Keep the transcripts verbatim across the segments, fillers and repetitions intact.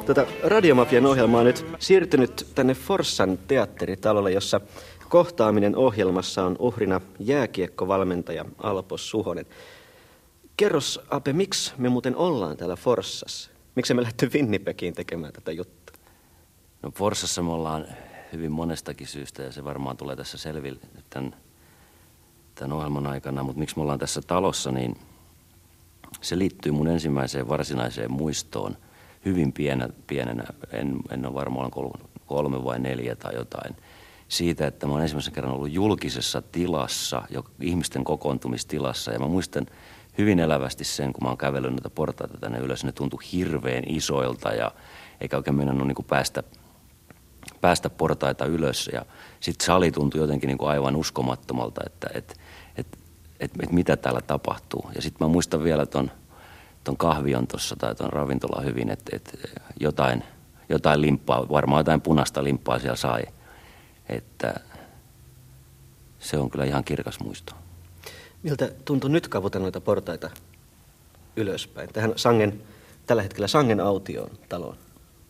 Tota, Radiomafian ohjelma on nyt siirtynyt tänne Forssan teatteritalolle, jossa kohtaaminen ohjelmassa on uhrina jääkiekkovalmentaja Alpo Suhonen. Kerros, Ape, miksi me muuten ollaan täällä Forssassa? Miksi me lähdetty Winnipegiin tekemään tätä juttua? No Forssassa me ollaan hyvin monestakin syystä ja se varmaan tulee tässä selville tämän, tämän ohjelman aikana. Mutta miksi me ollaan tässä talossa, niin se liittyy mun ensimmäiseen varsinaiseen muistoon hyvin pienä, pienenä, en, en ole varmaan kolme vai neljä tai jotain, siitä, että mä oon ensimmäisen kerran ollut julkisessa tilassa, jo, ihmisten kokoontumistilassa, ja mä muistan hyvin elävästi sen, kun mä oon kävellyt näitä portaita tänne ylös, ne tuntui hirveän isoilta, ja eikä oikein meinannut niin kuin päästä, päästä portaita ylös, ja sitten sali tuntui jotenkin niin kuin aivan uskomattomalta, että et, et, et, et mitä täällä tapahtuu. Ja sitten mä muistan vielä ton, ton kahvion tuossa tai ton ravintola hyvin, että et jotain, jotain limppaa, varmaan jotain punaista limppaa siellä sai. Että se on kyllä ihan kirkas muisto. Miltä tuntui nyt kavuta noita portaita ylöspäin? Tähän Sangen, tällä hetkellä Sangen autioon taloon.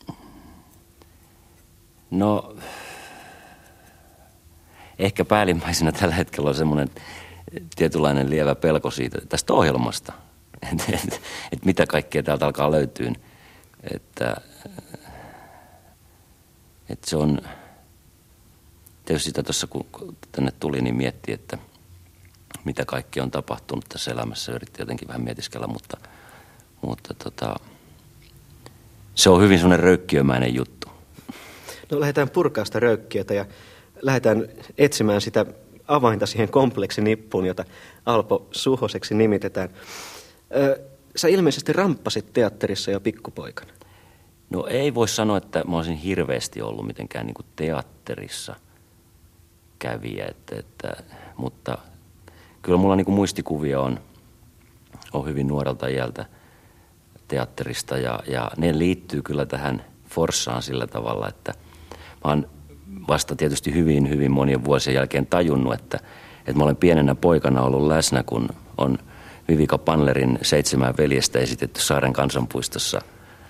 No, ehkä päällimmäisenä tällä hetkellä on semmoinen tietynlainen lievä pelko siitä, tästä ohjelmasta. Että et, et mitä kaikkea täältä alkaa löytyä. Että et se on... Tietysti sitä tuossa, kun tänne tuli, niin mietti, että mitä kaikkea on tapahtunut tässä elämässä. Yritti jotenkin vähän mietiskellä, mutta, mutta tota, se on hyvin semmoinen röykkiömäinen juttu. No lähdetään purkaa sitä röykkiötä ja lähdetään etsimään sitä avainta siihen kompleksinippuun, jota Alpo Suhoseksi nimitetään. Ö, sä ilmeisesti ramppasit teatterissa jo pikkupoikana. No ei voi sanoa, että mä olisin hirveästi ollut mitenkään niin kuin teatterissa kävijä, että, että, mutta kyllä mulla niin kuin muistikuvia on, on hyvin nuorelta iältä teatterista ja, ja ne liittyy kyllä tähän Forssaan sillä tavalla, että mä oon vasta tietysti hyvin, hyvin monien vuosien jälkeen tajunnut, että, että mä olen pienenä poikana ollut läsnä, kun on Vivika Panlerin Seitsemän veljestä esitetty Saaren kansanpuistossa.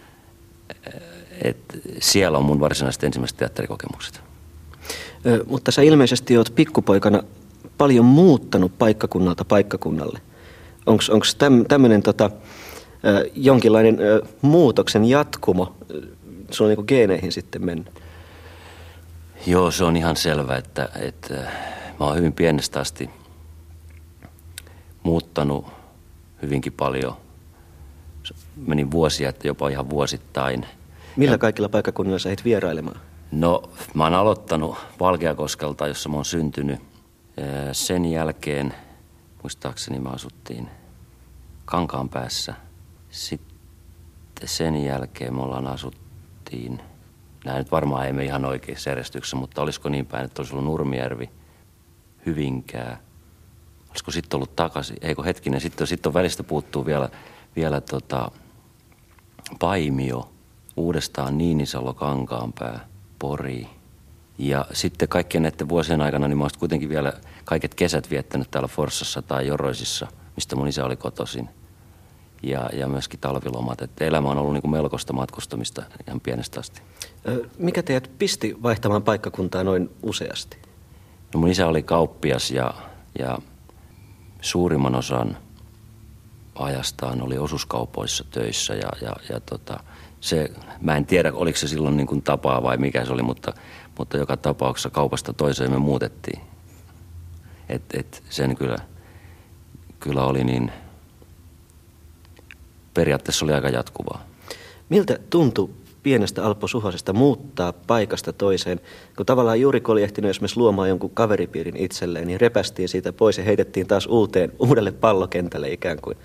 Et siellä on mun varsinaiset ensimmäiset teatterikokemukset. Ö, mutta sä ilmeisesti oot pikkupoikana paljon muuttanut paikkakunnalta paikkakunnalle. Onko täm, tämmöinen tota, ö, jonkinlainen ö, muutoksen jatkumo sulla niinku geeneihin sitten mennyt? Joo, se on ihan selvä, että, että mä oon hyvin pienestä asti muuttanut hyvinkin paljon. Menin vuosia, että jopa ihan vuosittain. Millä ja kaikilla paikkakunnilla sä heit vierailemaan? No, mä oon aloittanut Valkeakoskelta, jossa mä oon syntynyt. Sen jälkeen, muistaakseni me asuttiin Kankaanpäässä. Sitten sen jälkeen me ollaan asuttiin, nämä nyt varmaan ei me ihan oikeassa järjestyksessä, mutta olisiko niin päin, että olisi ollut Nurmijärvi, Hyvinkää. Olisiko sitten ollut takaisin, eikö hetkinen, sitten sit on välistä puuttuu vielä, vielä tota Paimio, uudestaan Niinisalo, Kankaanpää, Pori. Ja sitten kaikkien näiden vuosien aikana niin mä oon kuitenkin vielä kaiket kesät viettänyt täällä Forssassa tai Joroisissa, mistä mun isä oli kotoisin. Ja, ja myöskin talvilomat. Että elämä on ollut niin kuin melkoista matkustamista ihan pienestä asti. Mikä teidät pisti vaihtamaan paikkakuntaa noin useasti? No mun isä oli kauppias ja, ja suurimman osan ajastaan oli osuuskaupoissa töissä ja, ja, ja tota, se, mä en tiedä oliko se silloin niin kuin tapaa vai mikä se oli, mutta, mutta joka tapauksessa kaupasta toiseen me muutettiin. Et, et sen kyllä, kyllä oli niin, periaatteessa oli aika jatkuvaa. Miltä tuntui pienestä Alpo Suhosesta muuttaa paikasta toiseen, kun tavallaan juuri kun oli ehtinyt esimerkiksi luomaan jonkun kaveripiirin itselleen, niin repästiin siitä pois ja heitettiin taas uuteen, uudelle pallokentälle ikään kuin.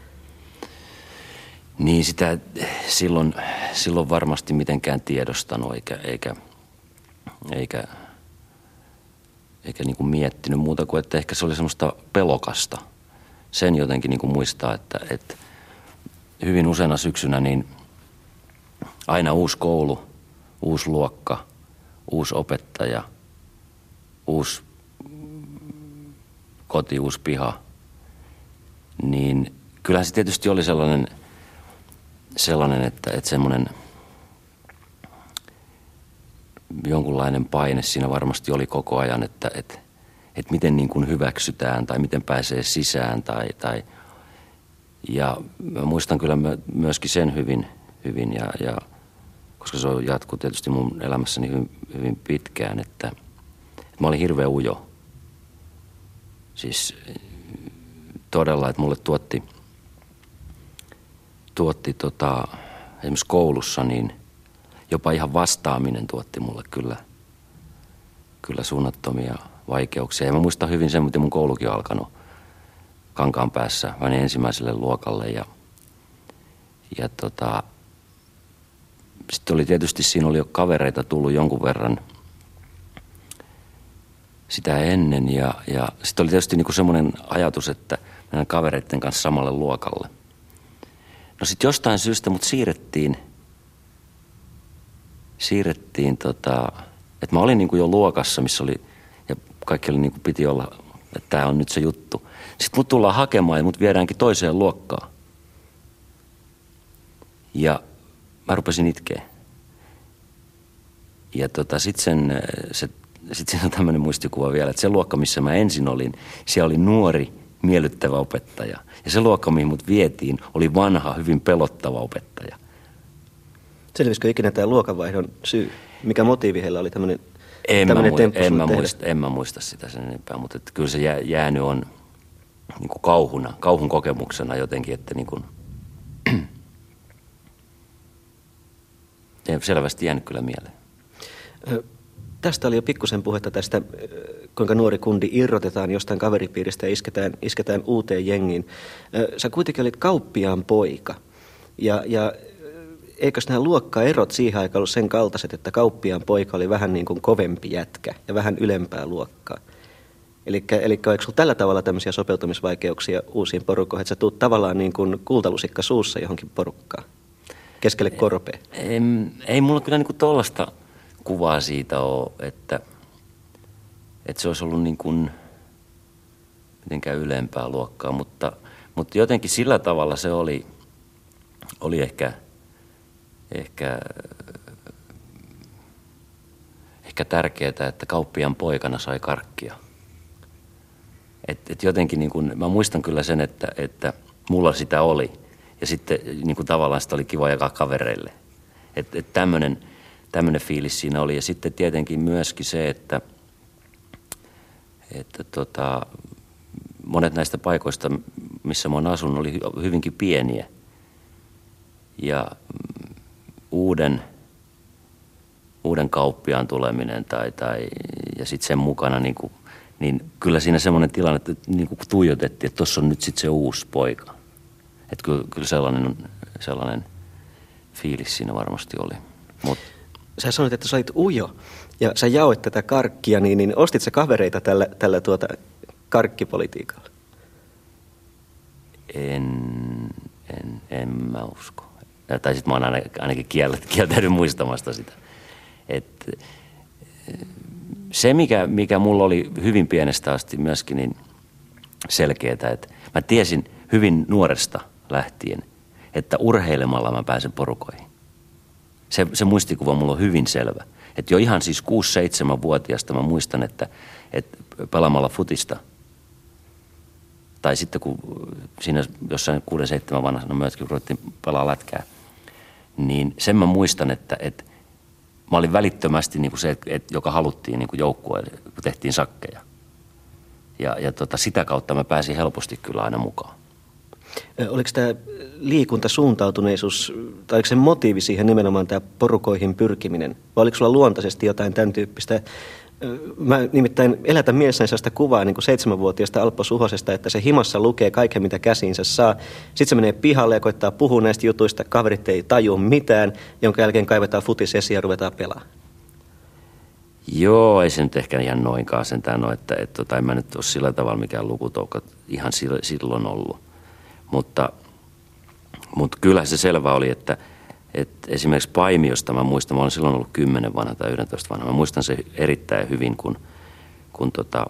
Niin sitä silloin, silloin varmasti mitenkään tiedostanut eikä, eikä, eikä, eikä niin kuin miettinyt muuta kuin, että ehkä se oli semmoista pelokasta. Sen jotenkin niin kuin muistaa, että, että hyvin useana syksynä niin aina uusi koulu, uusi luokka, uusi opettaja, uusi koti, uusi piha, niin kyllähän se tietysti oli sellainen, sellainen että, että semmoinen jonkunlainen paine siinä varmasti oli koko ajan, että et, et miten niin kuin hyväksytään tai miten pääsee sisään. Tai, tai, ja mä muistan kyllä myöskin sen hyvin, hyvin ja, ja, koska se on jatkuu tietysti mun elämässäni hyvin, hyvin pitkään, että, että mä olin hirveän ujo. Siis todella, että mulle tuotti, tuotti tota, esimerkiksi koulussa, niin jopa ihan vastaaminen tuotti mulle kyllä, kyllä suunnattomia vaikeuksia. Ja mä muistan hyvin sen, miten mun koulukin on alkanut Kankaanpäässä, vain ensimmäiselle luokalle. Ja, ja tota, sitten oli tietysti, siinä oli jo kavereita tullut jonkun verran sitä ennen. Ja, ja sitten oli tietysti niinku semmoinen ajatus, että mennään kavereiden kanssa samalle luokalle. No sitten jostain syystä mut siirrettiin, siirrettiin tota, että mä olin niinku jo luokassa, missä oli, ja kaikki oli niinku piti olla, että tää on nyt se juttu. Sitten mut tullaan hakemaan ja mut viedäänkin toiseen luokkaan. Ja mä rupesin itkeä. Ja tota sit sen, se, sit siinä on tämmönen muistikuva vielä, että se luokka, missä mä ensin olin, siellä oli nuori, miellyttävä opettaja. Ja se luokka, mihin mut vietiin, oli vanha, hyvin pelottava opettaja. Selvisikö ikinä tämä luokanvaihdon syy? Mikä motiivi heillä oli tämmöinen en, mä, en, mä muista, en mä muista sitä sen enempää, mutta että kyllä se jää, jäänyt on niin kuin kauhuna, kauhun kokemuksena jotenkin, että niin kuin, selvästi jäänyt kyllä mieleen. Tästä oli jo pikkusen puhetta tästä, kuinka nuori kundi irrotetaan jostain kaveripiiristä ja isketään, isketään uuteen jengiin. Sä kuitenkin olit kauppiaan poika ja, ja eikös nämä luokkaerot siihen aikaan ollut sen kaltaiset, että kauppiaan poika oli vähän niin kuin kovempi jätkä ja vähän ylempää luokkaa? Eli eikö sulla tällä tavalla tämmöisiä sopeutumisvaikeuksia uusiin porukoihin, että sä tuut tavallaan niin kuin kultalusikka suussa johonkin porukkaan, keskelle korpea? Ei, ei mulla kyllä niin kuin tollaista kuvaa siitä ole, että, että se olisi ollut niin kuin mitenkään ylempää luokkaa, mutta, mutta jotenkin sillä tavalla se oli, oli ehkä, ehkä, ehkä tärkeää, että kauppiaan poikana sai karkkia. Et, et jotenkin niin kuin, mä muistan kyllä sen, että, että mulla sitä oli ja sitten niin kuin tavallaan sitä oli kiva jakaa kavereille. Että et tämmöinen tämmöinen fiilis siinä oli ja sitten tietenkin myöskin se, että, että tota, monet näistä paikoista, missä mä oon asunut, oli hyvinkin pieniä ja uuden, uuden kauppiaan tuleminen tai, tai, ja sitten sen mukana niin kuin, niin kyllä siinä semmoinen tilanne, että niin kuin tuijotettiin, että tuossa on nyt sitten se uusi poika. Että kyllä, kyllä sellainen, sellainen fiilis siinä varmasti oli. Mut. Sä sanoit, että sä olit ujo ja sä jaoit tätä karkkia, niin, niin ostit sä kavereita tällä, tällä tuota karkkipolitiikalla? En, en, en mä usko. Tai sit mä oon ainakin kieltänyt muistamasta sitä. Et, se, mikä, mikä mulla oli hyvin pienestä asti myöskin niin selkeätä, että mä tiesin hyvin nuoresta lähtien, että urheilemalla mä pääsen porukoihin. Se, se muistikuva mulla on hyvin selvä. Että jo ihan siis kuusi seitsemän vuotiaasta mä muistan, että, että pelaamalla futista, tai sitten kun siinä jossain kuusi seitsemän vanhana myöskin ruvettiin pelaa lätkää, niin sen mä muistan, että, että mä olin välittömästi niin kuin se, että, joka haluttiin niin kuin joukkueelle, kun tehtiin sakkeja. Ja, ja tota, sitä kautta mä pääsin helposti kyllä aina mukaan. Oliko tämä liikuntasuuntautuneisuus, tai oliko se motiivi siihen nimenomaan tämä porukoihin pyrkiminen? Vai oliko sulla luontaisesti jotain tämän tyyppistä? Mä nimittäin elätän mielessäni sellaista kuvaa niin kuin seitsemänvuotiaasta Alppo Suhosesta, että se himassa lukee kaiken, mitä käsiinsä saa. Sitten se menee pihalle ja koittaa puhua näistä jutuista, kaverit ei taju mitään, jonka jälkeen kaivetaan futis esiin ja ruvetaan pelaamaan. Joo, ei se nyt ehkä ihan noinkaan sentään ole, että, että, että en mä nyt ole sillä tavalla mikään lukutoukka ihan silloin ollut. Mutta, mutta kyllä se selvä oli, että, että esimerkiksi Paimiosta mä muistan, mä olen silloin ollut kymmenen vanha tai yksitoista vanha. Mä muistan se erittäin hyvin, kun, kun tota,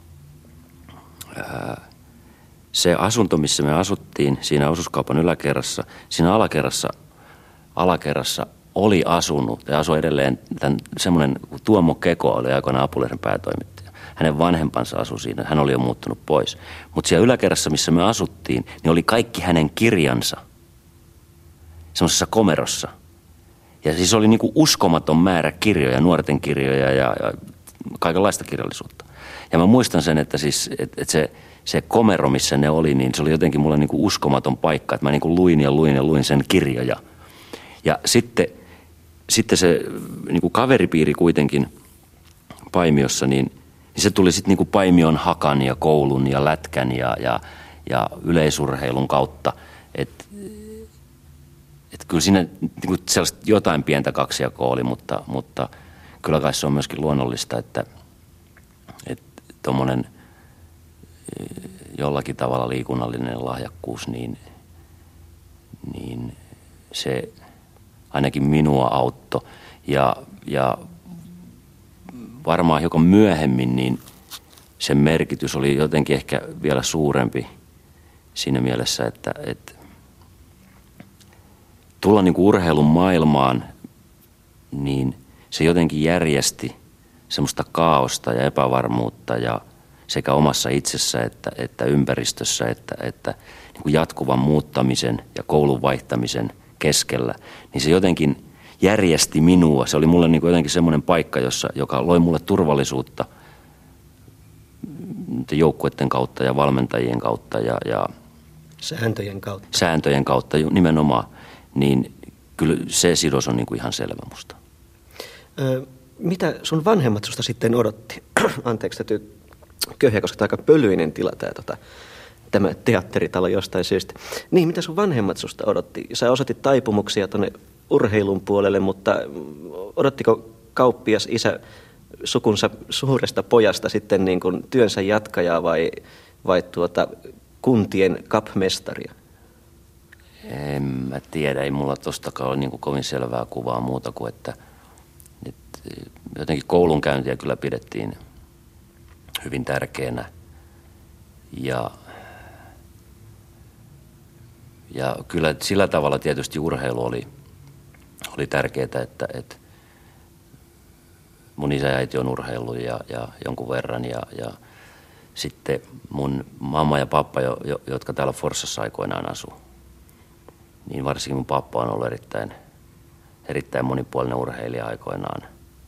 ää, se asunto, missä me asuttiin, siinä osuuskaupan yläkerrassa, siinä alakerrassa, alakerrassa oli asunut ja asui edelleen, tämän, semmoinen Tuomo Keko oli aikoinaan Apulehden päätoimittaja. Hänen vanhempansa asui siinä, hän oli jo muuttunut pois. Mutta siellä yläkerrassa, missä me asuttiin, niin oli kaikki hänen kirjansa semmoisessa komerossa. Ja siis oli niinku uskomaton määrä kirjoja, nuorten kirjoja ja, ja kaikenlaista kirjallisuutta. Ja mä muistan sen, että siis, et, et se, se komero, missä ne oli, niin se oli jotenkin mulle niinku uskomaton paikka. Että mä niinku luin ja luin ja luin sen kirjoja. Ja sitten, sitten se niinku kaveripiiri kuitenkin Paimiossa, niin, niin se tuli sitten niinku Paimion hakan ja koulun ja lätkän ja, ja, ja yleisurheilun kautta. Että et kyllä siinä niinku sellaista jotain pientä kaksijakoa oli, mutta, mutta kyllä kai se on myöskin luonnollista, että tuommoinen jollakin tavalla liikunnallinen lahjakkuus, niin, niin se ainakin minua auttoi. Ja, ja varmaan hiukan myöhemmin, niin sen merkitys oli jotenkin ehkä vielä suurempi siinä mielessä, että, että tulla niin kuin urheilun maailmaan, niin se jotenkin järjesti semmoista kaaosta ja epävarmuutta ja sekä omassa itsessä että, että ympäristössä, että, että niin kuin jatkuvan muuttamisen ja koulun vaihtamisen keskellä, niin se jotenkin järjesti minua. Se oli mulle niin kuin jotenkin semmoinen paikka, jossa, joka loi mulle turvallisuutta joukkueiden kautta ja valmentajien kautta ja, ja sääntöjen kautta. Sääntöjen kautta nimenomaan, niin kyllä se sidos on niin kuin ihan selvä musta. Ö, mitä sun vanhemmat susta sitten odotti? Anteeksi, täytyy köhjä, koska tämä aika pölyinen tila tämä, tota, tämä teatteritalo jostain syystä. Niin, mitä sun vanhemmat susta odotti? Sä osoitit taipumuksia tuonne urheilun puolelle, mutta odottiko kauppias isä sukunsa suuresta pojasta sitten niin kuin työnsä jatkajaa vai, vai tuota, kuntien kapmestaria? En mä tiedä, ei mulla tostakaan ole niin kuin kovin selvää kuvaa muuta kuin, että, että jotenkin koulunkäyntiä kyllä pidettiin hyvin tärkeänä. Ja, ja kyllä sillä tavalla tietysti urheilu oli, oli tärkeää, että, että mun isä ja äiti on urheillut ja, ja jonkun verran ja, ja sitten mun mamma ja pappa, jo, jo, jotka täällä Forssassa aikoinaan asuu, niin varsinkin mun pappa on ollut erittäin, erittäin monipuolinen urheilija aikoinaan.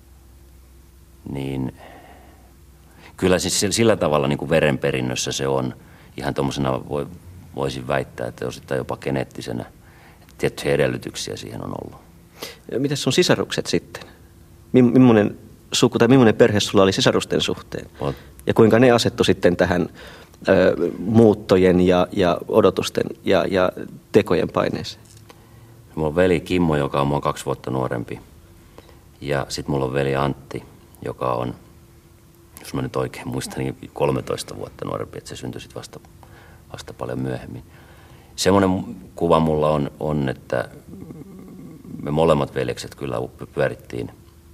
Niin kyllä siis sillä tavalla niin kuin verenperinnössä se on ihan tuommoisena, voi, voisin väittää, että osittain jopa geneettisenä. Tiettyjä edellytyksiä siihen on ollut. Mitäs sun sisarukset sitten? Millainen suku tai millainen perhe sulla oli sisarusten suhteen? Oot. Ja kuinka ne asettu sitten tähän ö, muuttojen ja, ja odotusten ja, ja tekojen paineeseen? Mulla on veli Kimmo, joka on mua kaksi vuotta nuorempi. Ja sitten mulla on veli Antti, joka on, jos mä nyt oikein muistan, niin kolmetoista vuotta nuorempi, että se syntyi sitten vasta, vasta paljon myöhemmin. Semmoinen kuva mulla on, on, että me molemmat veljekset kyllä pyörittiin.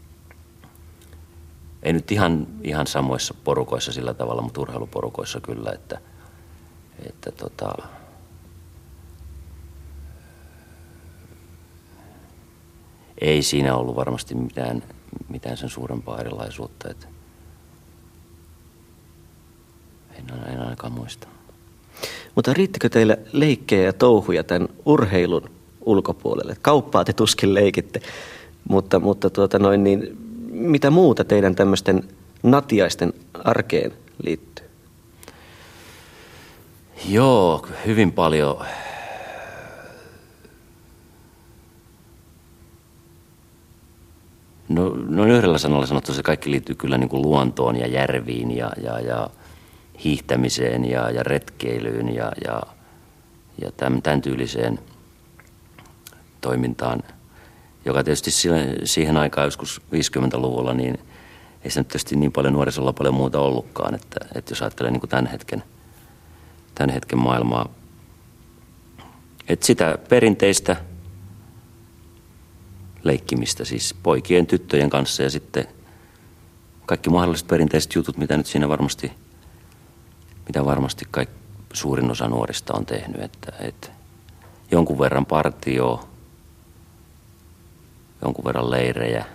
Ei nyt ihan, ihan samoissa porukoissa sillä tavalla, mutta urheiluporukoissa kyllä, että, että tota, ei siinä ollut varmasti mitään, mitään sen suurempaa erilaisuutta. Että en, en ainakaan muista. Mutta riittikö teillä leikkejä ja touhuja tämän urheilun ulkopuolelle? Kauppaa te tuskin leikitte, mutta, mutta tuota noin, niin, mitä muuta teidän tämmöisten natiaisten arkeen liittyy? Joo, hyvin paljon. No, no yhdellä sanalla sanottu, se kaikki liittyy kyllä niin kuin luontoon ja järviin ja, ja, ja hiihtämiseen ja, ja retkeilyyn ja, ja, ja tämän, tämän tyyliseen toimintaan, joka tietysti siihen aikaan joskus viisikymmentäluvulla, niin ei se nyt tietysti niin paljon nuorisolla paljon muuta ollutkaan, että, että jos ajattelee niin kuin tämän hetken, tämän hetken maailmaa, että sitä perinteistä leikkimistä, siis poikien, tyttöjen kanssa ja sitten kaikki mahdolliset perinteiset jutut, mitä nyt siinä varmasti, mitä varmasti kaik, suurin osa nuorista on tehnyt, että, että jonkun verran partio, jonkun verran leirejä.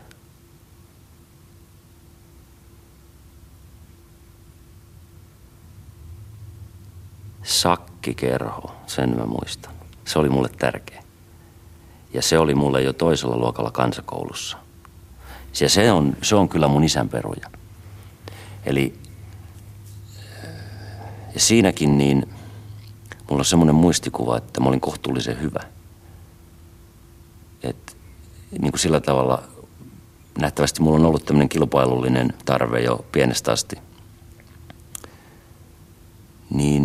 Sakkikerho, sen mä muistan. Se oli mulle tärkeä. Ja se oli mulle jo toisella luokalla kansakoulussa. Ja se on, se on kyllä mun isän peruja. Eli ja siinäkin niin mulla on semmoinen muistikuva, että mä olin kohtuullisen hyvä. Et niin kuin sillä tavalla nähtävästi mulla on ollut tämmöinen kilpailullinen tarve jo pienestä asti. Niin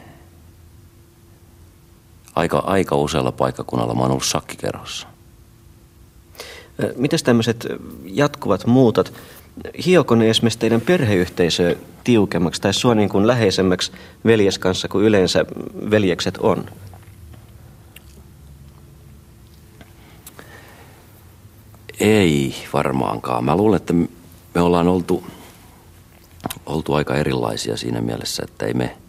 aika, aika usealla paikkakunnalla mä oon ollut sakkikerhossa. Mitäs tämmöiset jatkuvat muutot, hioko ne esimerkiksi teidän perheyhteisöä tiukemmaksi tai sua niin kuin läheisemmäksi veljes kanssa kuin yleensä veljekset on? Ei varmaankaan. Mä luulen, että me ollaan oltu, oltu aika erilaisia siinä mielessä, että ei me,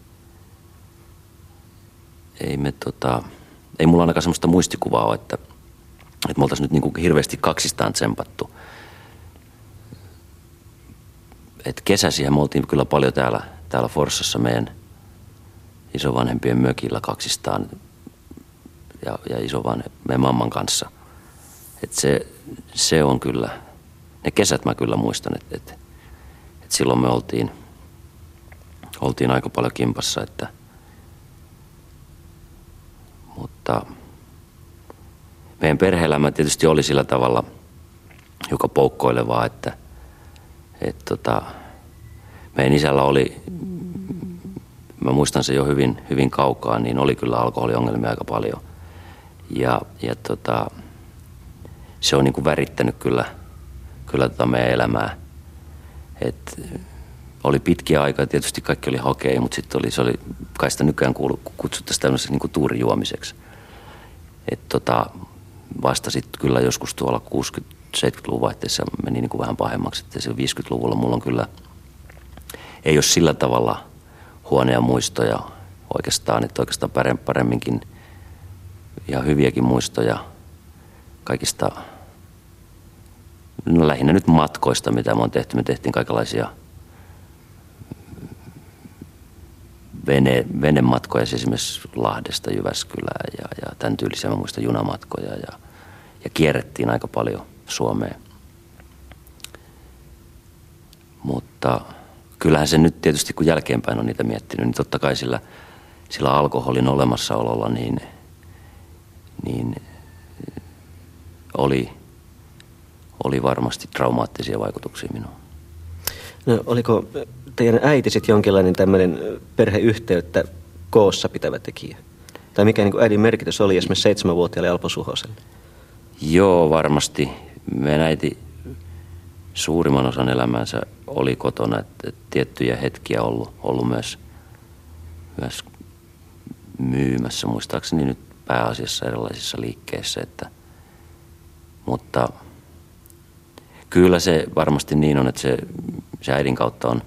ei me tota, ei mulla ainakaan semmoista muistikuvaa ole, että, että me oltaisiin nyt niin kuin hirveästi kaksistaan tsempattu. Et kesäisiä me oltiin kyllä paljon täällä, täällä Forssassa meidän isovanhempien mökillä kaksistaan ja, ja isovanhempien meidän mamman kanssa. Et se, se on kyllä, ne kesät mä kyllä muistan, että et, et silloin me oltiin, oltiin aika paljon kimpassa, että, mutta meidän perhe-elämä tietysti oli sillä tavalla joka poukkoilevaa, että et tota, meidän isällä oli, mä muistan se jo hyvin, hyvin kaukaa, niin oli kyllä alkoholiongelmia aika paljon. Ja, ja tota, se on niin kuin värittänyt kyllä, kyllä tota meidän elämää. Et oli pitkiä aikaa, tietysti kaikki oli hakeja, mutta sitten oli, se oli, kai sitä nykyään kutsuttaisiin tämmöiseksi niin kuin tuurijuomiseksi. Et tota, vasta sitten kyllä joskus tuolla kuusikymmentä-seitsemänkymmentäluvun vaihteessa meni niin kuin vähän pahemmaksi. Että se viisikymmentäluvulla mulla on kyllä, ei ole sillä tavalla huonoja muistoja oikeastaan, että oikeastaan paremminkin ja hyviäkin muistoja kaikista, no lähinnä nyt matkoista, mitä me on tehty. Me tehtiin kaikenlaisia vene, venematkoja, siis esimerkiksi Lahdesta Jyväskylään ja, ja tämän tyylisiä, mä muistan junamatkoja ja, ja kierrettiin aika paljon Suomeen. Mutta kyllähän se nyt tietysti, kun jälkeenpäin on niitä miettinyt, niin totta kai sillä, sillä alkoholin olemassaololla niin, niin oli, oli varmasti traumaattisia vaikutuksia minuun. No, oliko teidän äiti sitten jonkinlainen tämmöinen perheyhteyttä koossa pitävä tekijä? Tai mikä niin kuin äidin merkitys oli esimerkiksi seitsemänvuotiaalle Alpo Suhoselle? Joo, varmasti. Meidän äiti suurimman osan elämänsä oli kotona, että tiettyjä hetkiä ollut, ollut myös, myös myymässä, muistaakseni nyt pääasiassa erilaisissa liikkeissä, että, mutta kyllä se varmasti niin on, että se, se äidin kautta on,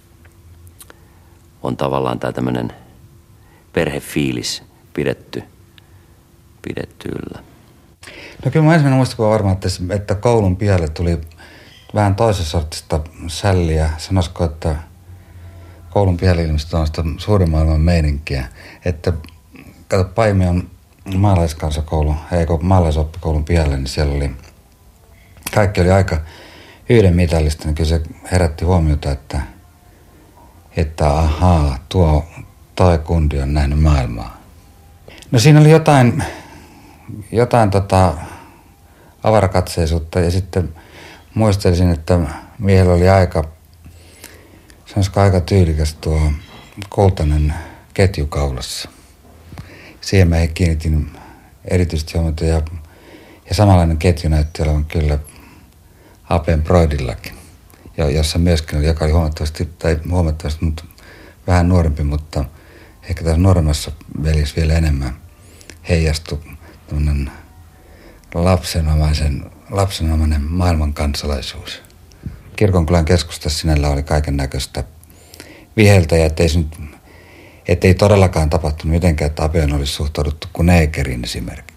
on tavallaan tämä tämmöinen perhefiilis pidetty, pidetty yllä. No kyllä mun ensimmäinen muistikuva varmaan, että, että koulun pihalle tuli vähän toisen sortista sälliä. Sanoisiko, että koulun pihalle ilmestyi on sitä suuren maailman meininkiä. Että kato, Paimion maalaiskanssakoulu, eikö maalaisoppikoulun pihalle, niin siellä oli, kaikki oli aika yhdenmitallista, niin kyllä se herätti huomiota, että, että ahaa, tuo toi kundi on nähnyt maailmaa. No siinä oli jotain, jotain tota avarakatseisuutta ja sitten muistelisin, että miehellä oli aika, sanoisiko aika tyylikäs tuo kultainen ketju kaulassa. Siihen mä kiinnitin erityisesti huomiota ja, ja samanlainen ketju näytti olevan kyllä Apen Broidillakin, jossa myöskin oli, joka oli huomattavasti, tai huomattavasti, mutta vähän nuorempi, mutta ehkä tässä nuoremmassa veljessä vielä enemmän heijastui tämmöinen lapsenomaisen, lapsenomainen maailman kansalaisuus. Kirkonkylän keskustassa sinällä oli kaiken näköistä viheltä, ja ettei, nyt, ettei todellakaan tapahtunut mitenkään, että Apeon olisi suhtauduttu kuin neekeriin esimerkiksi,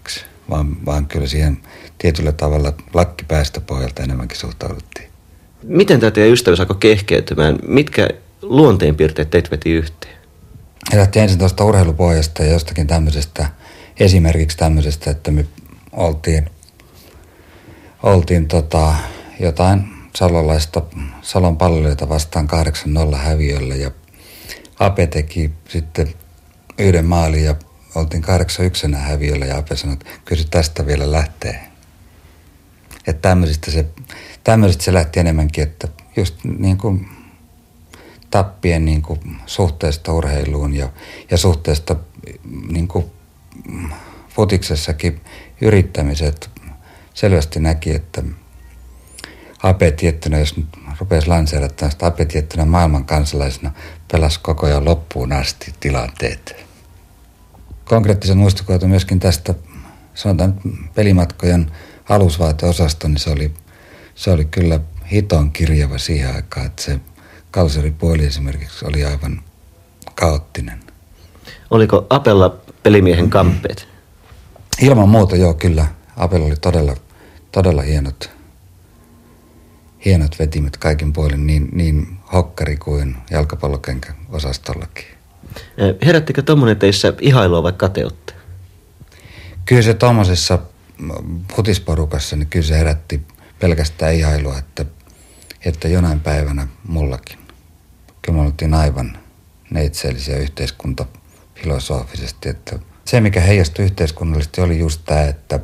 vaan, vaan kyllä siihen tietyllä tavalla lakkipäästä pohjalta enemmänkin suhtauduttiin. Miten tämä teidän ystävyys alkoi kehkeytymään? Mitkä luonteenpiirteet teitä veti yhteen? Lähti ensin tuosta urheilupohjasta ja jostakin tämmöisestä, esimerkiksi tämmöisestä, että me oltiin, oltiin tota, jotain salolaista Salon Palloilijoita vastaan kahdeksan nolla häviöllä ja Ape teki sitten yhden maalin ja oltiin kahdeksan yksi häviöllä ja Ape sanoi, että kyllä se tästä vielä lähtee. Että tämmöisistä se, tämmöisistä se lähti enemmänkin, että just niin kuin tappien niin kuin suhteesta urheiluun ja, ja suhteesta niin kuin futiksessakin yrittämiset. Selvästi näki, että Ape tiettynä, jos nyt rupesi lanseerattamaan sitä, Ape tiettynä maailman kansalaisena pelasi koko ajan loppuun asti tilanteet. Konkreettisen muistikuvat on myöskin tästä, sanotaan pelimatkojen alusvaateosasto, niin se oli, se oli kyllä hiton kirjava siihen aikaan, että se kalsaripuoli esimerkiksi oli aivan kaoottinen. Oliko Apella pelimiehen kamppeet? Ilman muuta joo, kyllä. Apella oli todella, todella hienot, hienot vetimet kaikin puolin, niin, niin hokkari kuin jalkapallokenkä osastollakin. Herättikö tommonen teissä ihailua vai kateutta? Kyllä se tommosessa futisporukassa, niin kyllä se herätti pelkästään ihailua, että, että jonain päivänä mullakin. Kyllä me oltiin aivan neitseellisiä yhteiskuntafilosofisesti, että se, mikä heijastui yhteiskunnallisesti, oli just tämä, että,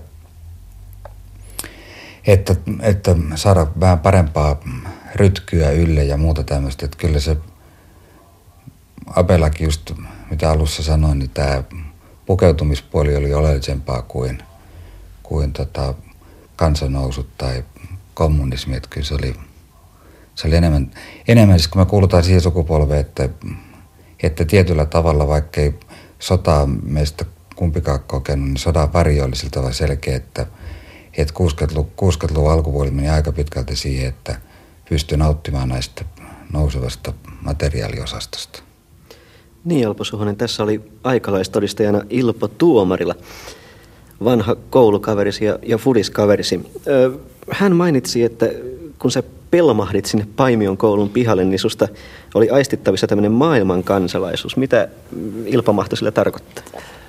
että, että saada vähän parempaa rytkyä ylle ja muuta tämmöistä. Että kyllä se Apellakin just, mitä alussa sanoin, niin tämä pukeutumispuoli oli oleellisempaa kuin, kuin tota kansannousut tai kommunismi. Että kyllä se oli, se oli enemmän, enemmän siis kun me kuulutaan siihen sukupolveen, että, että tietyllä tavalla, vaikka ei sotaa meistä kumpikaan kokenut, niin sodan varjo oli sillä tavalla selkeä, että, että kuusikymmentäluvun, kuusikymmentäluvun alkupuoli meni aika pitkälti siihen, että pystyi nauttimaan näistä nousevasta materiaaliosastosta. Niin, Alpo Suhonen, tässä oli aikalaistodistajana Ilpo Tuomarila, vanha koulukaverisi ja, ja fudiskaverisi. Öö, hän mainitsi, että kun sä pelmahdit sinne Paimion koulun pihalle, niin susta oli aistittavissa tämmöinen maailman kansalaisuus. Mitä Ilpo mahtoi sillä tarkoittaa?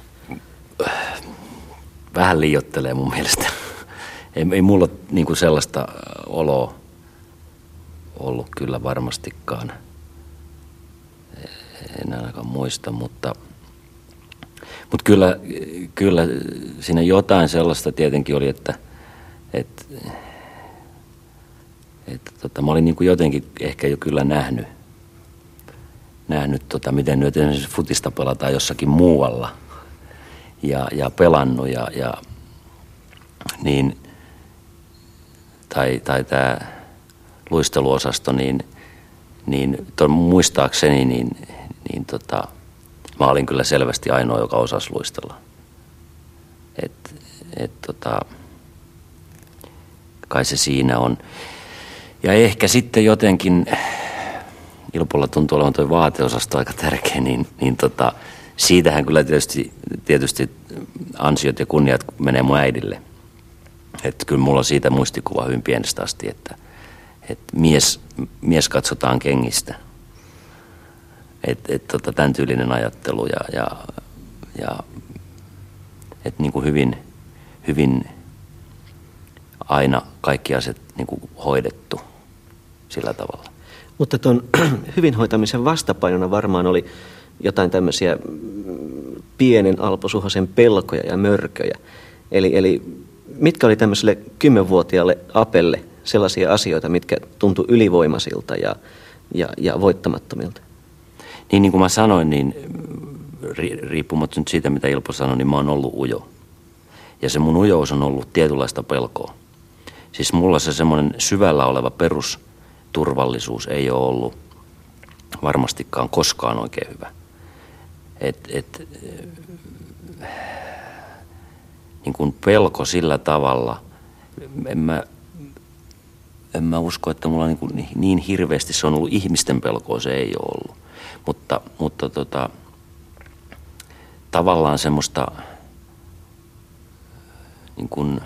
Vähän liioittelee mun mielestä. Ei, ei mulla ole niin kuin sellaista oloa ollut kyllä varmastikaan. En ainakaan muista, mutta, mutta kyllä, kyllä siinä jotain sellaista tietenkin oli, että, että, että tota, mä olin niin kuin jotenkin ehkä jo kyllä nähnyt, nähnyt tota, miten nyt esimerkiksi futista pelataan jossakin muualla ja, ja pelannut ja, ja niin, tai, tai tämä luisteluosasto, niin, niin ton, muistaakseni niin niin tota, mä olin kyllä selvästi ainoa, joka osasi luistella. Et, et tota, kai se siinä on. Ja ehkä sitten jotenkin, Ilpolla tuntuu olevan tuo vaateosasto aika tärkeä, niin, niin tota, siitähän kyllä tietysti, tietysti ansiot ja kunniat menee mun äidille. Että kyllä mulla on siitä muistikuva hyvin pienestä asti, että, että mies, mies katsotaan kengistä. Että et, tota, tämän tyylinen ajattelu ja, ja, ja että niin kuin hyvin, hyvin aina kaikki asiat niin kuin hoidettu sillä tavalla. Mutta tuon hyvin hoitamisen vastapainona varmaan oli jotain tämmöisiä pienen Alpo Suhosen pelkoja ja mörköjä. Eli, eli mitkä oli tämmöiselle kymmenvuotiaalle Apelle sellaisia asioita, mitkä tuntui ylivoimaisilta ja, ja, ja voittamattomilta? Niin, niin kuin mä sanoin, niin riippumatta nyt siitä, mitä Ilpo sanoi, niin mä oon ollut ujo. Ja se mun ujous on ollut tietynlaista pelkoa. Siis mulla se semmoinen syvällä oleva perusturvallisuus ei ole ollut varmastikaan koskaan oikein hyvä. Et, et, niin kuin pelko sillä tavalla, en mä, en mä usko, että mulla niin, kuin niin hirveästi se on ollut ihmisten pelkoa, se ei ole ollut. Mutta, mutta tota, tavallaan semmoista niin kuin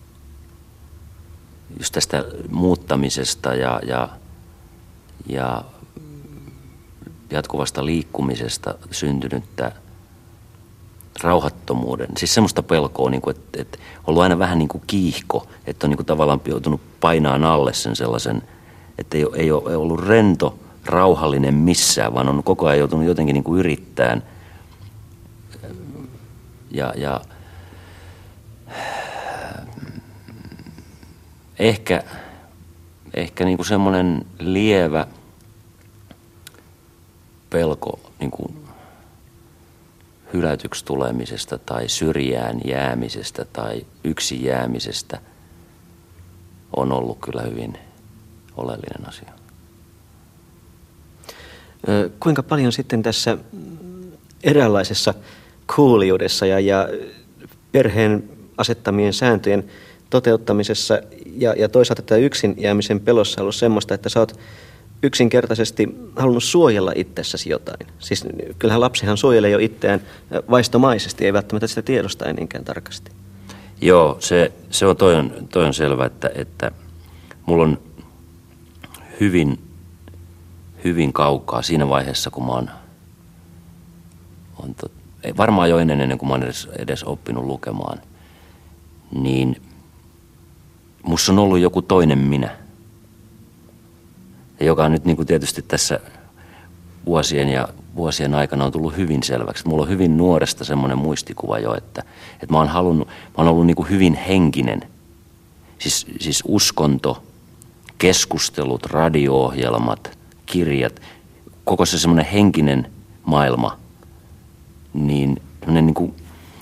just tästä muuttamisesta ja, ja, ja jatkuvasta liikkumisesta syntynyttä rauhattomuuden. Siis semmoista pelkoa, niin kuin, että, että on ollut aina vähän niin kuin kiihko, että on niin kuin tavallaan joutunut painaan alle sen sellaisen, että ei, ei ole ollut rento, rauhallinen missään, vaan on koko ajan joutunut jotenkin niin kuin yrittämään. Ja, ja ehkä, ehkä niin kuin semmoinen lievä pelko niin kuin hylätyksi tulemisesta tai syrjään jäämisestä tai yksin jäämisestä on ollut kyllä hyvin oleellinen asia. Kuinka paljon sitten tässä eräänlaisessa kuulijuudessa ja, ja perheen asettamien sääntöjen toteuttamisessa ja, ja toisaalta tätä yksin jäämisen pelossa on ollut semmoista, että sä oot yksinkertaisesti halunnut suojella itsessäsi jotain. Siis kyllähän lapsihan suojelee jo itseään vaistomaisesti, ei välttämättä sitä tiedosta niinkään tarkasti. Joo, se, se on, toi on, toi on selvä, että, että mulla on hyvin, hyvin kaukaa siinä vaiheessa, kun mä oon, on tot, varmaan jo ennen, ennen kuin mä oon edes, edes oppinut lukemaan, niin musta on ollut joku toinen minä. Joka nyt niin kuin tietysti tässä vuosien ja vuosien aikana on tullut hyvin selväksi. Mulla on hyvin nuoresta semmoinen muistikuva jo, että, että mä oon halunnut, mä oon ollut niin kuin hyvin henkinen. Siis, siis uskonto, keskustelut, radio-ohjelmat, kirjat, koko se semmoinen henkinen maailma, niin semmoinen niin kuin,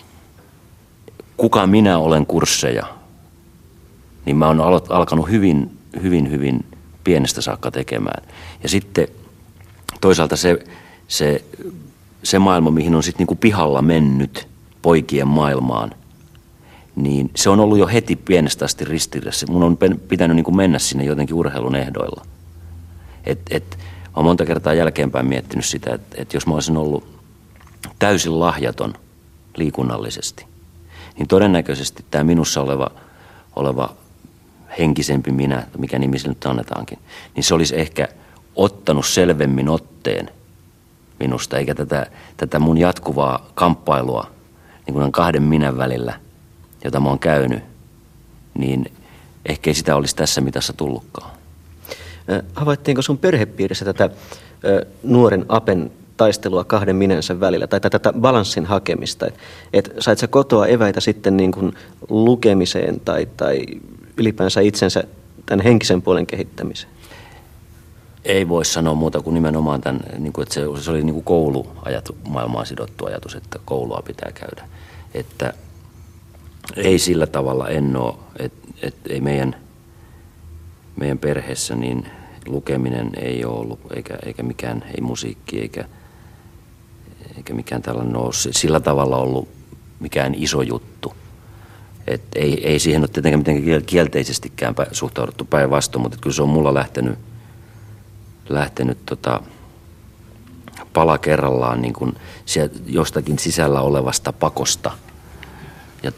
kuka minä olen kursseja, niin mä oon alkanut hyvin, hyvin, hyvin pienestä saakka tekemään. Ja sitten toisaalta se, se, se maailma, mihin on sitten niinku pihalla mennyt poikien maailmaan, niin se on ollut jo heti pienestä asti ristiriidassa. Mun on pitänyt niinku mennä sinne jotenkin urheilun ehdoilla. Et, et, mä oon monta kertaa jälkeenpäin miettinyt sitä, että et jos mä olisin ollut täysin lahjaton liikunnallisesti, niin todennäköisesti tämä minussa oleva, oleva henkisempi minä, mikä nimi se nyt annetaankin, niin se olisi ehkä ottanut selvemmin otteen minusta, eikä tätä, tätä mun jatkuvaa kamppailua niin kuin kahden minän välillä, jota mä oon käynyt, niin ehkä ei sitä olisi tässä mitassa tullutkaan. Havaittiinko sun perhepiirissä tätä nuoren Apen taistelua kahden minänsä välillä, tai tätä balanssin hakemista, että et sait sä kotoa eväitä sitten niin kuin lukemiseen tai, tai ylipäänsä itsensä tämän henkisen puolen kehittämiseen? Ei voi sanoa muuta kuin nimenomaan tämän, niin kuin, että se, se oli niin kuin koulumaailmaan sidottu ajatus, että koulua pitää käydä. Että ei sillä tavalla en ole, että, että ei meidän, meidän perheessä niin lukeminen ei ole ollut, eikä, eikä mikään, ei musiikki, eikä, eikä mikään tällainen ole sillä tavalla ollut mikään iso juttu. Et ei, ei siihen ole tietenkään mitenkään kielteisestikään suhtauduttu päinvastoin, mutta kyllä se on mulla lähtenyt, lähtenyt tota, pala kerrallaan niin kuin jostakin sisällä olevasta pakosta ja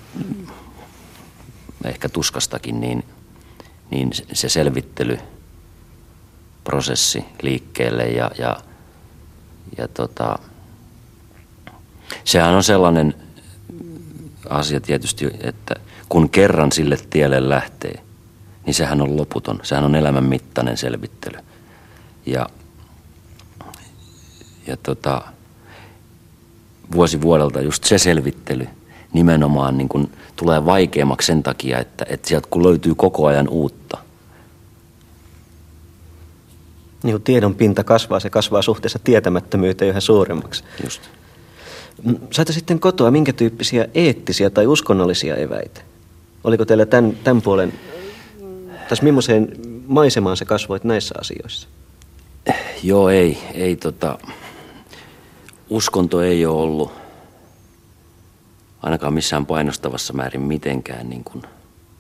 ehkä tuskastakin, niin, niin se selvittelyprosessi liikkeelle ja, ja, ja tota, sehän on sellainen asia tietysti, että kun kerran sille tielle lähtee, niin sehän on loputon. Sehän on elämän mittainen selvittely. Ja, ja tota, vuosi vuodelta just se selvittely nimenomaan niin kun tulee vaikeammaksi sen takia, että, että sieltä kun löytyy koko ajan uutta. Niin kun tiedon pinta kasvaa, se kasvaa suhteessa tietämättömyyteen yhä suuremmaksi. Just. Sait sitten kotoa minkä tyyppisiä eettisiä tai uskonnollisia eväitä? Oliko teillä tämän, tämän puolen, tässä millaiseen maisemaan se kasvoit näissä asioissa? Joo, ei. ei tota, uskonto ei ole ollut ainakaan missään painostavassa määrin mitenkään niin kuin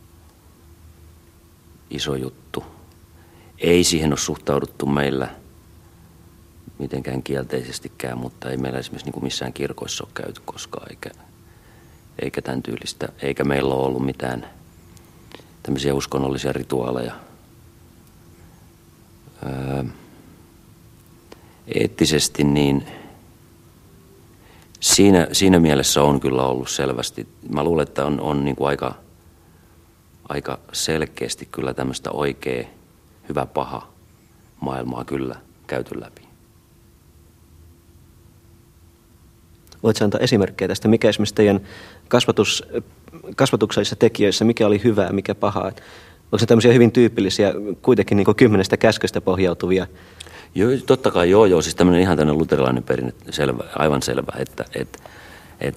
iso juttu. Ei siihen ole suhtauduttu meillä mitenkään kielteisestikään, mutta ei meillä esimerkiksi niin kuin missään kirkoissa ole käyty koskaan, eikä, eikä tämän tyylistä, eikä meillä ole ollut mitään tämmöisiä uskonnollisia rituaaleja. Öö, eettisesti niin siinä, siinä mielessä on kyllä ollut selvästi. Mä luulen, että on, on niin kuin aika, aika selkeästi kyllä tämmöistä oikea, hyvä, paha maailmaa kyllä käyty läpi. Voitko antaa esimerkkejä tästä, mikä esimerkiksi teidän kasvatus, kasvatuksellisissa tekijöissä, mikä oli hyvää, mikä pahaa? Onko se tämmöisiä hyvin tyypillisiä, kuitenkin niin kuin kymmenestä käskystä pohjautuvia? Joo, totta kai joo, joo. Siis tämmöinen ihan tämmöinen luterilainen perinne, selvä, aivan selvä, että et, et,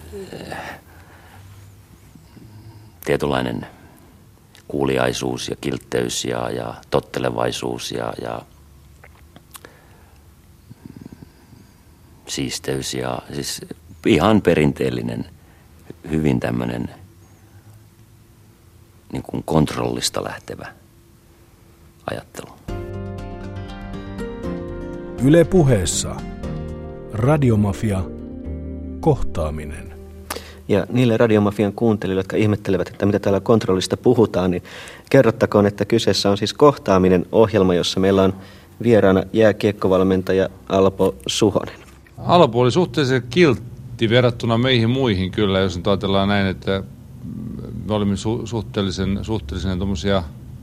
tietynlainen kuuliaisuus ja kiltteys ja, ja tottelevaisuus ja, ja siisteys ja siis ihan perinteellinen, hyvin tämmöinen niin kuin kontrollista lähtevä ajattelu. Yle Puheessa Radiomafia kohtaaminen. Ja niille Radiomafian kuuntelijoille, jotka ihmettelevät, että mitä täällä kontrollista puhutaan, niin kerrottakoon, että kyseessä on siis kohtaaminen ohjelma, jossa meillä on vieraana jääkiekkovalmentaja Alpo Suhonen. Alpo oli suhteellisen kiltti verrattuna meihin muihin kyllä, jos nyt ajatellaan näin, että me olimme su- suhteellisen, suhteellisen tommosia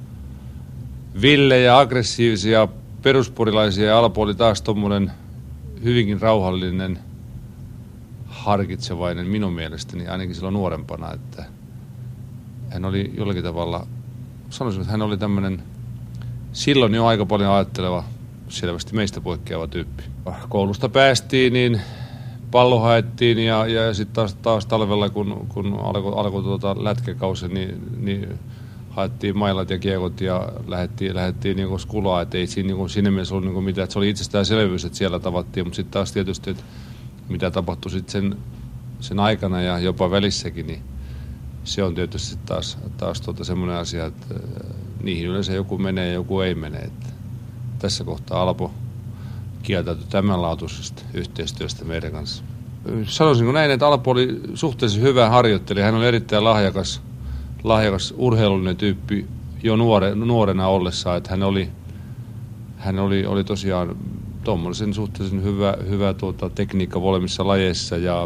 villejä, aggressiivisia, perusporilaisia, ja Alpo oli taas tommonen hyvinkin rauhallinen, harkitsevainen minun mielestäni, ainakin silloin nuorempana, että hän oli jollakin tavalla, sanoisin, että hän oli tämmönen silloin jo aika paljon ajatteleva, selvästi meistä poikkeava tyyppi. Koulusta päästiin, niin pallo haettiin ja, ja sitten taas, taas talvella, kun, kun alkoi alko tuota lätkäkausi, niin, niin haettiin mailat ja kiekot ja lähdettiin, lähdettiin niin skulaa, että ei siinä, niin siinä mielessä ollut niin mitään, että se oli itsestäänselvyys, että siellä tavattiin, mutta sitten taas tietysti, että mitä tapahtui sitten sen, sen aikana ja jopa välissäkin, niin se on tietysti taas, taas tuota semmoinen asia, että niihin yleensä joku menee ja joku ei mene. Että tässä kohtaa Alpo kieltäytyi tämänlaatuisesta yhteistyöstä meidän kanssa. Sanoisinko näin, että Alpo oli suhteellisen hyvä harjoittelija. Hän oli erittäin lahjakas, lahjakas urheilullinen tyyppi jo nuore, nuorena ollessaan. Että hän oli, hän oli, oli tosiaan tuommoisen suhteellisen hyvä, hyvä tuota, tekniikka molemmissa lajeissa ja,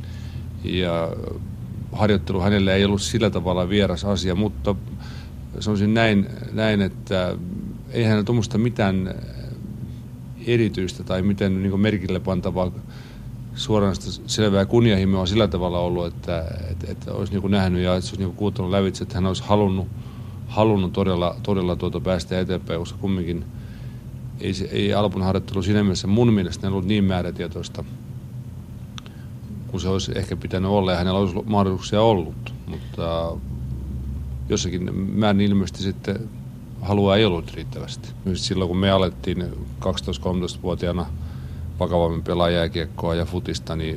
ja harjoittelu hänelle ei ollut sillä tavalla vieras asia, mutta sanoisin näin, näin että ei hänellä tuommoista mitään erityistä tai miten niin merkille pantavaa suoranaista selvää kunnianhimoa sillä tavalla ollut, että, että, että olisi niin nähnyt ja että se olisi niin kuultanut lävitse, että hän olisi halunnut, halunnut todella, todella tuota päästä eteenpäin, koska kumminkin ei, se, ei Alpon harjoittelu siinä mielessä mun mielestä ollut niin määrätietoista, kun se olisi ehkä pitänyt olla ja hänellä olisi mahdollisuuksia ollut, mutta jossakin määrin ilmeisesti sitten halua ei ollut riittävästi. Silloin kun me alettiin kaksitoista-kolmetoista-vuotiaana vakavammin pelaa jääkiekkoa ja futista, niin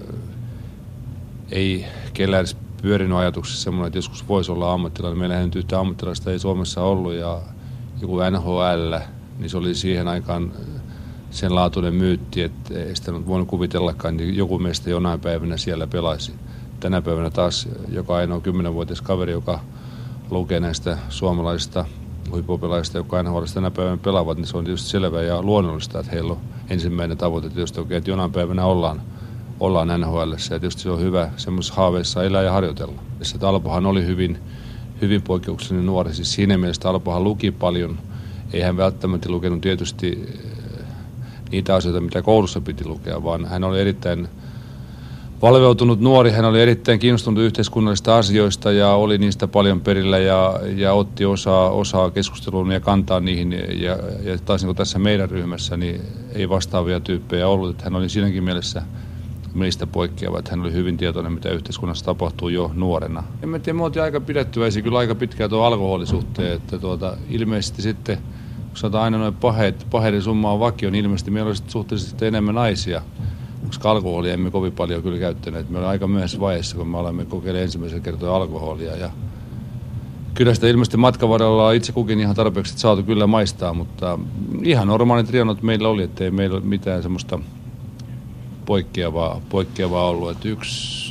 ei kellään edes pyörinyt ajatuksessa semmoinen, että joskus voisi olla ammattilainen. Meillä ei nyt yhtään ammattilaista ei Suomessa ollut ja joku N H L, niin se oli siihen aikaan sen laatuinen myytti, että ei sitä nyt voinut kuvitellakaan, niin joku meistä jonain päivänä siellä pelaisi. Tänä päivänä taas joka ainoa kymmenvuotias kaveri, joka lukee näistä suomalaisista huippupelaajista, jotka N H L:ssä tänä päivänä pelaavat, niin se on tietysti selvää ja luonnollista, että heillä on ensimmäinen tavoite tietysti oikein, että jonain päivänä ollaan, ollaan N H L:ssä ja tietysti se on hyvä semmoisessa haaveissa elää ja harjoitella. Ja Alpohan oli hyvin, hyvin poikkeuksellinen nuori, siis siinä mielessä Alpohan luki paljon, ei hän välttämättä lukenut tietysti niitä asioita, mitä koulussa piti lukea, vaan hän oli erittäin valveutunut nuori, hän oli erittäin kiinnostunut yhteiskunnallisista asioista ja oli niistä paljon perillä ja, ja otti osaa, osaa keskusteluun ja kantaa niihin. Ja, ja taas niin kuin tässä meidän ryhmässä niin ei vastaavia tyyppejä ollut, että hän oli siinäkin mielessä meistä poikkeava, että hän oli hyvin tietoinen, mitä yhteiskunnassa tapahtuu jo nuorena. En mä tiedä, me oltiin aika pidettyväisiä kyllä aika pitkään tuon alkoholisuhteen, että tuota, ilmeisesti sitten, kun sanotaan aina noin paheet, paheiden summa on vakio, niin ilmeisesti meillä oli suhteellisesti enemmän naisia, koska alkoholia emme kovin paljon kyllä käyttäneet. Me olemme aika myöhässä vaiheessa, kun me olemme kokeilleet ensimmäisen kertaa alkoholia. Ja kyllä sitä ilmeisesti matkan varrella itse kukin ihan tarpeeksi saatu kyllä maistaa, mutta ihan normaalit rionnot meillä oli, ettei meillä ole mitään semmoista poikkeavaa, poikkeavaa ollut. Että yksi,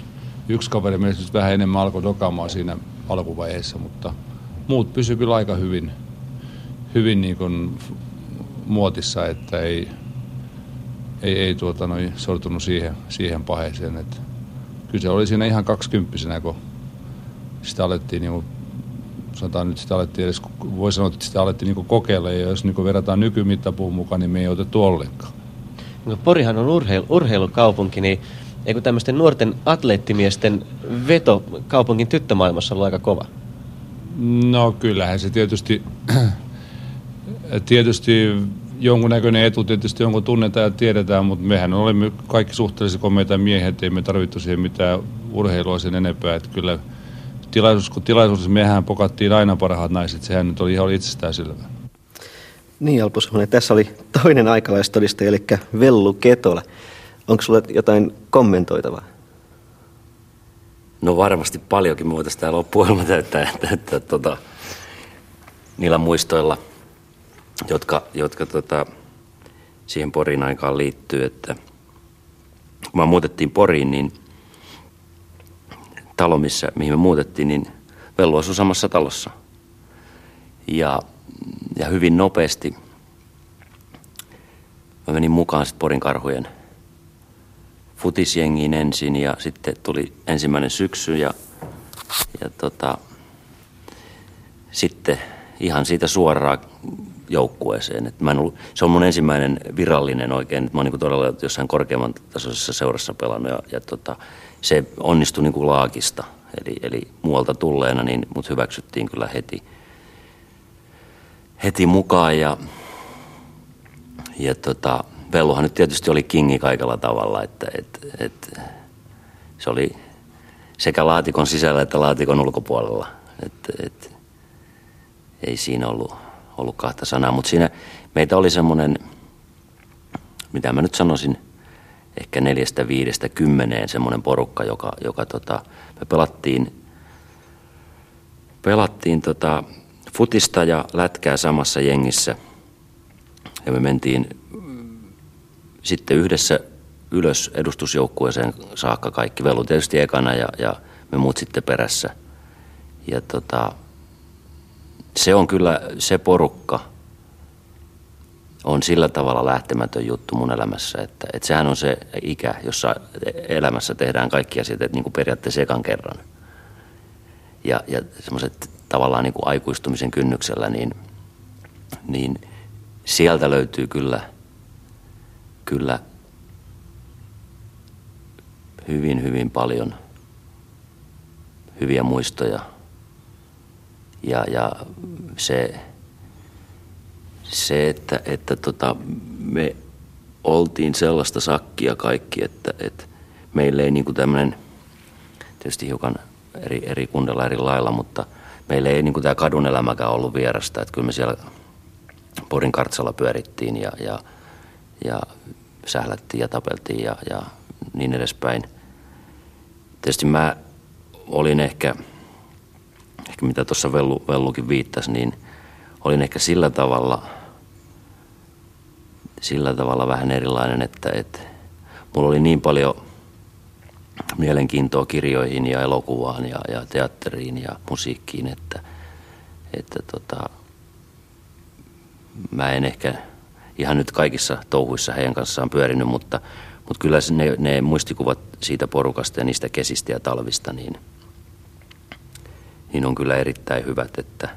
yksi kaveri meistä nyt vähän enemmän alkoi dokaamaan siinä alkuvaiheessa, mutta muut pysyi kyllä aika hyvin, hyvin niin kuin muotissa, että ei, ei, ei tuota, noi, sortunut siihen, siihen paheeseen. Että kyllä se oli siinä ihan kaksikymppisenä, kun sitä alettiin, niin kuin, sanotaan nyt sitä alettiin edes, voi sanoa, että sitä alettiin niin kokeilla, ja jos niin verrataan nykymittapuun mukaan, niin me ei otettu ollenkaan. No, Porihan on urheilu, urheilukaupunki, niin eikö tämmöisten nuorten atleettimiesten veto kaupungin tyttömaailmassa ollut aika kova? No kyllähän se tietysti, tietysti jonkunnäköinen etu tietysti jonkun tunnetaan ja tiedetään, mutta mehän olemme kaikki suhteellisen komeita miehiä, ei me tarvittu siihen mitään urheilua sen enempää. Että kyllä tilaisuus, kun tilaisuudessa mehän pokattiin aina parhaat naiset, sehän nyt oli ihan itsestään selvää. Niin, Alpo Suhonen, tässä oli toinen aikalaistodistaja, eli Vellu Ketola. Onko sulla jotain kommentoitavaa? No varmasti paljonkin. Me voitaisiin tämä loppuohjelma täyttää, että, että, että, että tota, niillä muistoilla, jotka, jotka tota, siihen Porin aikaan liittyy. Että kun me muutettiin Poriin, niin talo, missä, mihin me muutettiin, niin Vellu asui samassa talossa. Ja, ja hyvin nopeasti mä menin mukaan sitten Porin Karhujen futisjengiin ensin ja sitten tuli ensimmäinen syksy ja, ja tota, sitten ihan siitä suoraan joukkueeseen. Et mä en ollut, se on mun ensimmäinen virallinen oikein, että mä oon niinku todella jossain korkeamman tasoisessa seurassa pelannut ja, ja tota, se onnistui niinku laakista. Eli, eli muualta tulleena niin mut hyväksyttiin kyllä heti, heti mukaan ja, ja tota, Velluhan nyt tietysti oli kingi kaikella tavalla, että et, et, se oli sekä laatikon sisällä että laatikon ulkopuolella. Et, et, ei siinä ollut, ollut kahta sanaa, mutta siinä meitä oli semmoinen, mitä mä nyt sanoisin, ehkä neljästä, viidestä, kymmeneen semmoinen porukka, joka, joka tota, me pelattiin, pelattiin tota, futista ja lätkää samassa jengissä ja me mentiin sitten yhdessä ylös edustusjoukkueeseen saakka kaikki. Vellu tietysti ekana ja, ja me muut sitten perässä. Ja tota, se on kyllä, se porukka on sillä tavalla lähtemätön juttu mun elämässä, että, että sehän on se ikä, jossa elämässä tehdään kaikki asiat, että niin kuin periaatteessa ekan kerran. Ja, ja semmoiset tavallaan niin kuin aikuistumisen kynnyksellä, niin, niin sieltä löytyy kyllä Kyllä hyvin, hyvin paljon hyviä muistoja. Ja, ja se, se, että, että tota, me oltiin sellaista sakkia kaikki, että, että meillä ei niinku tämmöinen, tietysti hiukan eri, eri kunnilla eri lailla, mutta meillä ei niinku tämä kadun elämäkään ollut vierasta. Että kyllä me siellä Porin kartsalla pyörittiin ja, ja ja sählättiin ja tapeltiin ja, ja niin edespäin. Tietysti mä olin ehkä, ehkä mitä tuossa Vellu, Vellukin viittasi, niin olin ehkä sillä tavalla, sillä tavalla vähän erilainen, että, että mulla oli niin paljon mielenkiintoa kirjoihin ja elokuvaan ja, ja teatteriin ja musiikkiin, että, että tota, mä en ehkä ihan nyt kaikissa touhuissa heidän kanssaan pyörinyt, mutta, mutta kyllä ne, ne muistikuvat siitä porukasta ja niistä kesistä ja talvista, niin, niin on kyllä erittäin hyvät, että,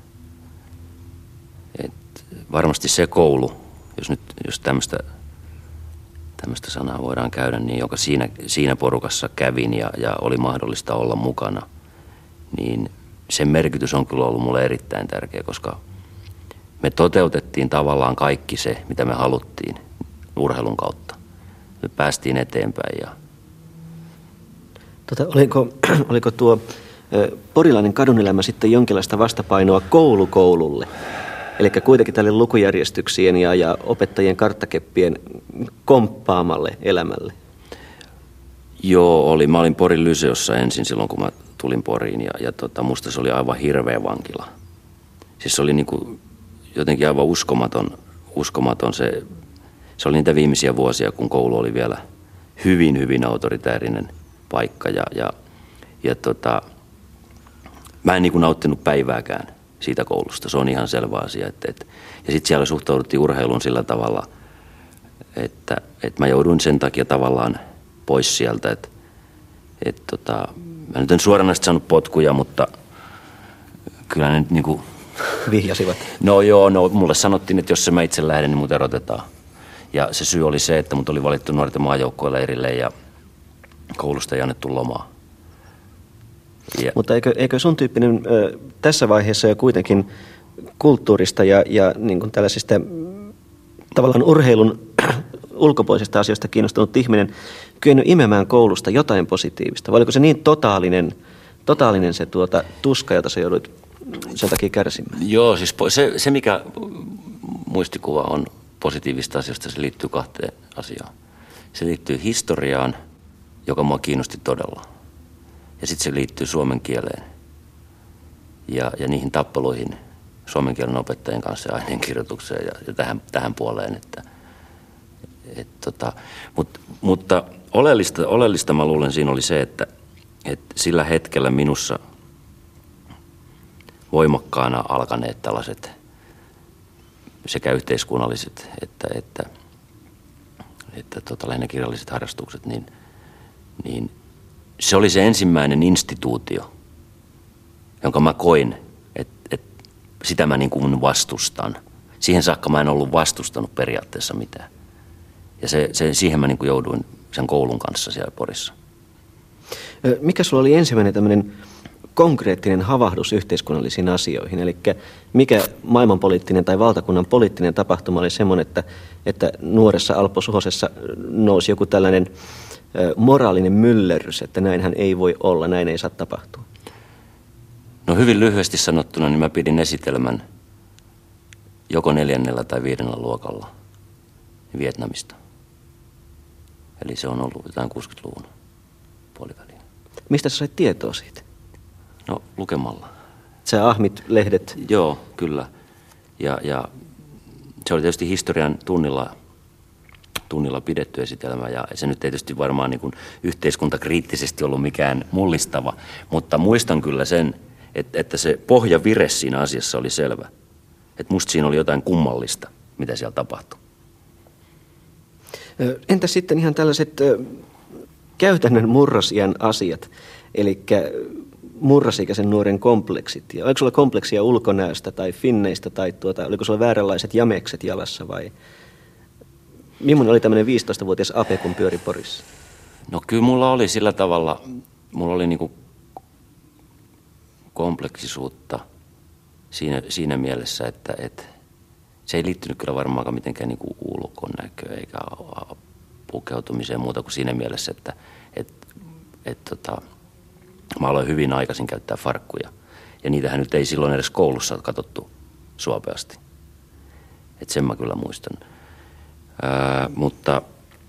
että varmasti se koulu, jos nyt jos tämmöistä, tämmöistä sanaa voidaan käydä, niin joka siinä, siinä porukassa kävin ja, ja oli mahdollista olla mukana, niin sen merkitys on kyllä ollut mulle erittäin tärkeä, koska me toteutettiin tavallaan kaikki se, mitä me haluttiin urheilun kautta. Me päästiin eteenpäin. Ja tota, oliko, oliko tuo ö, porilainen kadunelämä sitten jonkinlaista vastapainoa koulukoululle? Eli kuitenkin tälle lukujärjestyksien ja, ja opettajien karttakeppien komppaamalle elämälle? Joo, oli. Mä olin Porin Lyseossa ensin silloin, kun mä tulin Poriin. Ja, ja tota, musta se oli aivan hirveä vankila. Siis se oli niinku jotenkin aivan uskomaton, uskomaton se, se oli niitä viimeisiä vuosia, kun koulu oli vielä hyvin, hyvin autoritäärinen paikka ja, ja ja tota, mä en niin kuin nauttinut päivääkään siitä koulusta. Se on ihan selvä asia. Että, et, ja sitten siellä suhtauduttiin urheiluun sillä tavalla, että, että mä jouduin sen takia tavallaan pois sieltä. Että, et, tota, mä nyt en suoranaisesti saanut potkuja, mutta kyllä ne nyt niinku... Vihjasivat. No joo, no mulle sanottiin, että jos se mä itse lähden, niin mut erotetaan. Ja se syy oli se, että mut oli valittu nuorten maajoukkueleirille ja koulusta ei annettu lomaa. Ja. Mutta eikö, eikö sun tyyppinen ö, tässä vaiheessa jo kuitenkin kulttuurista ja, ja niin kuin tällaisista tavallaan urheilun ulkopuolisista asioista kiinnostunut ihminen kyennyt imemään koulusta jotain positiivista? Vai oliko se niin totaalinen, totaalinen se tuota tuska, jota sä joudut sen takia kärsimään? Joo, siis se, se mikä muistikuva on positiivista asioista, se liittyy kahteen asiaan. Se liittyy historiaan, joka mua kiinnosti todella. Ja sitten se liittyy suomen kieleen ja, ja niihin tappeluihin suomen kielen opettajien kanssa ja aineenkirjoitukseen ja, ja tähän, tähän puoleen. Että, et, tota, mut, mutta oleellista, oleellista mä luulen siinä oli se, että et sillä hetkellä minussa voimakkaana alkaneet tällaiset sekä yhteiskunnalliset että, että, että tota, lähinnä kirjalliset harrastukset, niin, niin se oli se ensimmäinen instituutio, jonka mä koin, että, että sitä mä niin kuin vastustan. Siihen saakka mä en ollut vastustanut periaatteessa mitään. Ja se, se, siihen mä niin kuin jouduin sen koulun kanssa siellä Porissa. Mikä sulla oli ensimmäinen tämmöinen konkreettinen havahdus yhteiskunnallisiin asioihin? Eli mikä maailmanpoliittinen tai valtakunnan poliittinen tapahtuma oli semmoinen, että, että nuoressa Alpo Suhosessa nousi joku tällainen moraalinen myllerrys, että näinhän ei voi olla, näin ei saa tapahtua? No hyvin lyhyesti sanottuna, niin mä pidin esitelmän joko neljännellä tai viidennellä luokalla Vietnamista. Eli se on ollut jotain kuusikymmentäluvun puoliväliin. Mistä sä sait tietoa siitä? No lukemalla. Sä ahmit lehdet? Joo, kyllä. Ja, ja se oli tietysti historian tunnilla, tunnilla pidetty esitelmä ja se nyt ei tietysti varmaan niin kuin yhteiskuntakriittisesti ollut mikään mullistava, mutta muistan kyllä sen, että, että se pohjavire siinä asiassa oli selvä. Että musta siinä oli jotain kummallista, mitä siellä tapahtui. Entä sitten ihan tällaiset käytännön murrosiän asiat, eli murrosikäisen nuoren kompleksit? Ja oliko sulla kompleksia ulkonäöstä tai finneistä tai tuota, oliko sulla vääränlaiset jamekset jalassa vai millainen oli tämmöinen viisitoistavuotias Ape, kun pyöri Porissa? No kyllä mulla oli sillä tavalla, mulla oli niinku kompleksisuutta siinä, siinä mielessä, että et, se ei liittynyt kyllä varmaankaan mitenkään niinku ulkonäköön eikä pukeutumiseen muuta kuin siinä mielessä, että et, et, tota, mä aloin hyvin aikaisin käyttää farkkuja. Ja niitähän nyt ei silloin edes koulussa katsottu suopeasti. Että sen mä kyllä muistan. Ää, mutta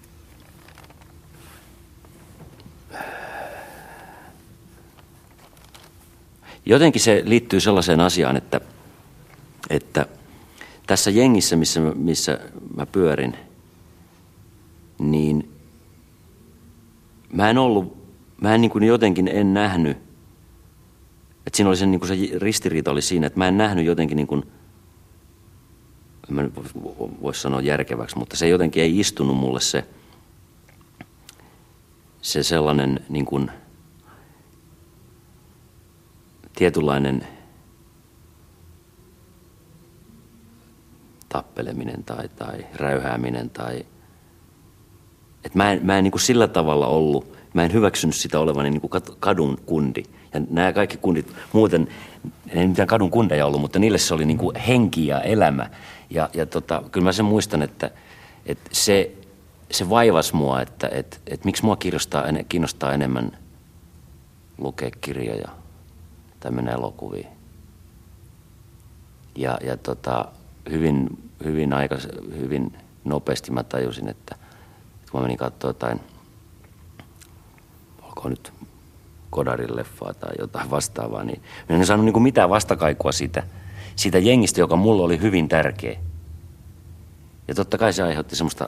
jotenkin se liittyy sellaiseen asiaan, että, että tässä jengissä, missä, missä mä pyörin, niin mä en ollut, mä en niin kuin jotenkin en nähnyt, että siinä oli se, niin kuin se ristiriita oli siinä, että mä en nähnyt jotenkin niin kuin, mä nyt vois sanoa järkeväksi, mutta se jotenkin ei istunut mulle se, se sellainen niin kuin tietynlainen tappeleminen tai, tai räyhääminen tai että mä en, mä en niin kuin sillä tavalla ollut, mä en hyväksynyt sitä olevani niin kuin kadun kundi. Ja nämä kaikki kundit muuten, ei mitään kadun kundeja ollut, mutta niille se oli niin kuin henki ja elämä. Ja, ja tota, kyllä mä sen muistan, että, että se, se vaivasi mua, että, että, että miksi mua kiinnostaa, kiinnostaa enemmän lukea kirjoja tai mennä elokuviin. Ja, ja tota, hyvin, hyvin, aikas, hyvin nopeasti mä tajusin, että kun mä menin katsoa jotain, olkoon nyt Godarin leffaa tai jotain vastaavaa, niin en saanut niin kuin mitään vastakaikua siitä, siitä jengistä, joka mulle oli hyvin tärkeä. Ja totta kai se aiheutti semmoista,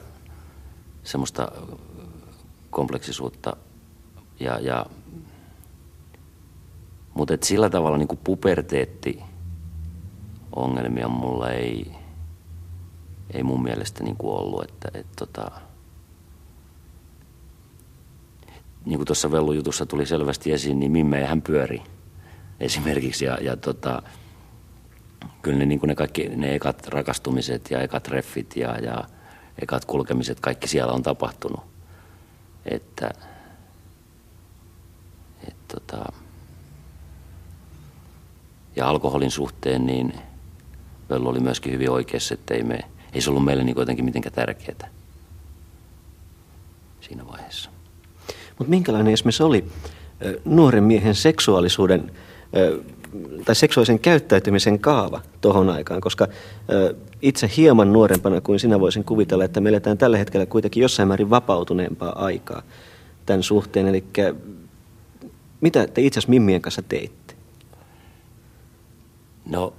semmoista kompleksisuutta ja, ja Mutta sillä tavalla niin puberteetti ongelmia mulla ei, ei mun mielestä niin ollut, että et, tota, niin kuin tuossa Vellu-jutussa tuli selvästi esiin, niin mimmejähän pyöri esimerkiksi ja, ja tota, kyllä ne, niin kuin ne kaikki ne ekat rakastumiset ja ekat treffit ja, ja ekat kulkemiset, kaikki siellä on tapahtunut, että et, tota, ja alkoholin suhteen niin Vellu oli myöskin hyvin oikeassa, että ei, me, ei se ollut meille niin jotenkin mitenkään tärkeää siinä vaiheessa. Mutta minkälainen esimerkiksi oli nuoren miehen seksuaalisuuden tai seksuaalisen käyttäytymisen kaava tohon aikaan, koska itse hieman nuorempana kuin sinä voisin kuvitella, että me eletään tällä hetkellä kuitenkin jossain määrin vapautuneempaa aikaa tämän suhteen. Eli mitä te itse asiassa mimmien kanssa teitte? No,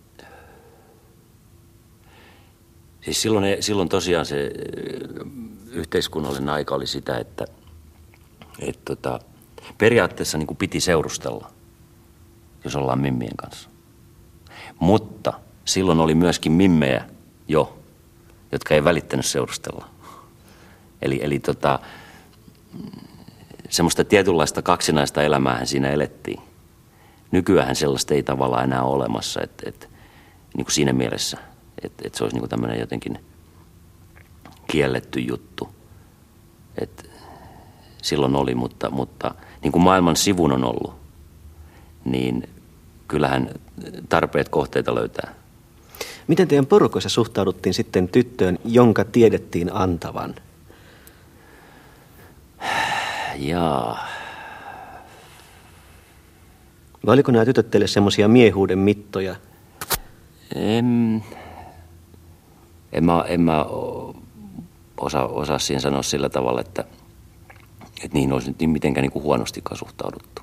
siis silloin, silloin tosiaan se yhteiskunnallinen aika oli sitä, että et tota, periaatteessa niin kuin piti seurustella, jos ollaan mimmien kanssa. Mutta silloin oli myöskin mimmejä jo, jotka ei välittänyt seurustella. Eli, eli tota, semmoista tietynlaista kaksinaista elämäähän siinä elettiin. Nykyään sellaista ei tavallaan enää ole olemassa, että et, niin kuin siinä mielessä, että et se olisi niin kuin tämmöinen jotenkin kielletty juttu. Että silloin oli, mutta, mutta niin kuin maailman sivun on ollut, niin kyllähän tarpeet kohteita löytää. Miten teidän porukoissa suhtauduttiin sitten tyttöön, jonka tiedettiin antavan? Jaa. Vai oliko nämä tytöt teille semmoisia miehuuden mittoja? En, en mä, en mä osaa, osaa siihen sanoa sillä tavalla, että, että niihin olisi nyt mitenkään niin kuin huonostikaan suhtauduttu.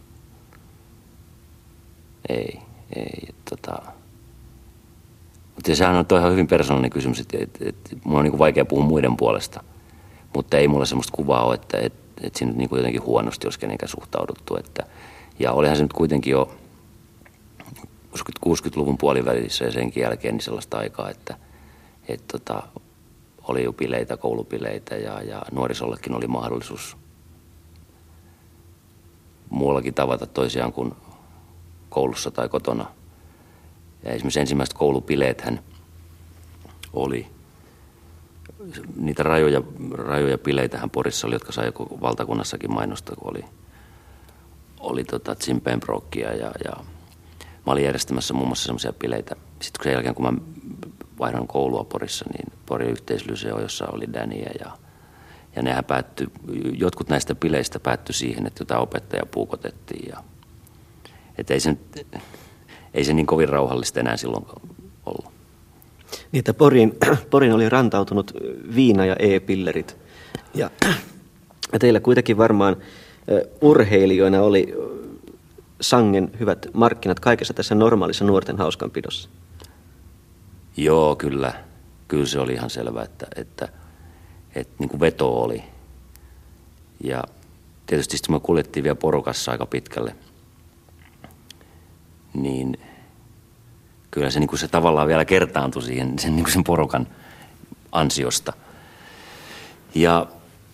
Ei, ei. Tota. Mutta sehän on toi ihan hyvin persoonallinen kysymys, että et, et, mun on niin kuin vaikea puhua muiden puolesta. Mutta ei mulla semmoista kuvaa ole, että et, et siinä nyt niin kuin jotenkin huonosti olisi kenenkään suhtauduttu. Että, ja olihan se nyt kuitenkin jo kuusikymmentäluvun puolivälissä ja senkin jälkeen niin sellaista aikaa, että et, tota, oli jo bileitä, koulubileitä ja, ja nuorisollekin oli mahdollisuus muuallakin tavata toisiaan kuin koulussa tai kotona. Ja esimerkiksi ensimmäiset koulubileethän oli, niitä rajoja, rajoja bileitähän Porissa oli, jotka sai joku valtakunnassakin mainosta, kun oli, oli tota Zimpenbrockia ja, ja mä olin järjestämässä muun muassa semmoisia bileitä. Sitten sen jälkeen, kun mä vaihdoin koulua Porissa, niin Porin yhteislyseo, jossa oli Däniä ja, ja nehän päättyi, jotkut näistä bileistä päättyi siihen, että jotain opettajaa puukotettiin ja että ei se, ei se niin kovin rauhallista enää silloin ollut. Niin, että Porin, Porin oli rantautunut viina ja e-pillerit. Ja, ja teillä kuitenkin varmaan uh, urheilijoina oli sangen hyvät markkinat kaikessa tässä normaalissa nuorten hauskanpidossa. Joo, kyllä. Kyllä se oli ihan selvä, että, että, että niin kuin veto oli. Ja tietysti sitten me kuljettiin vielä porukassa aika pitkälle. Niin kyllä se, niin kuin se tavallaan vielä kertaantui siihen sen, niin kuin sen porukan ansiosta. Ja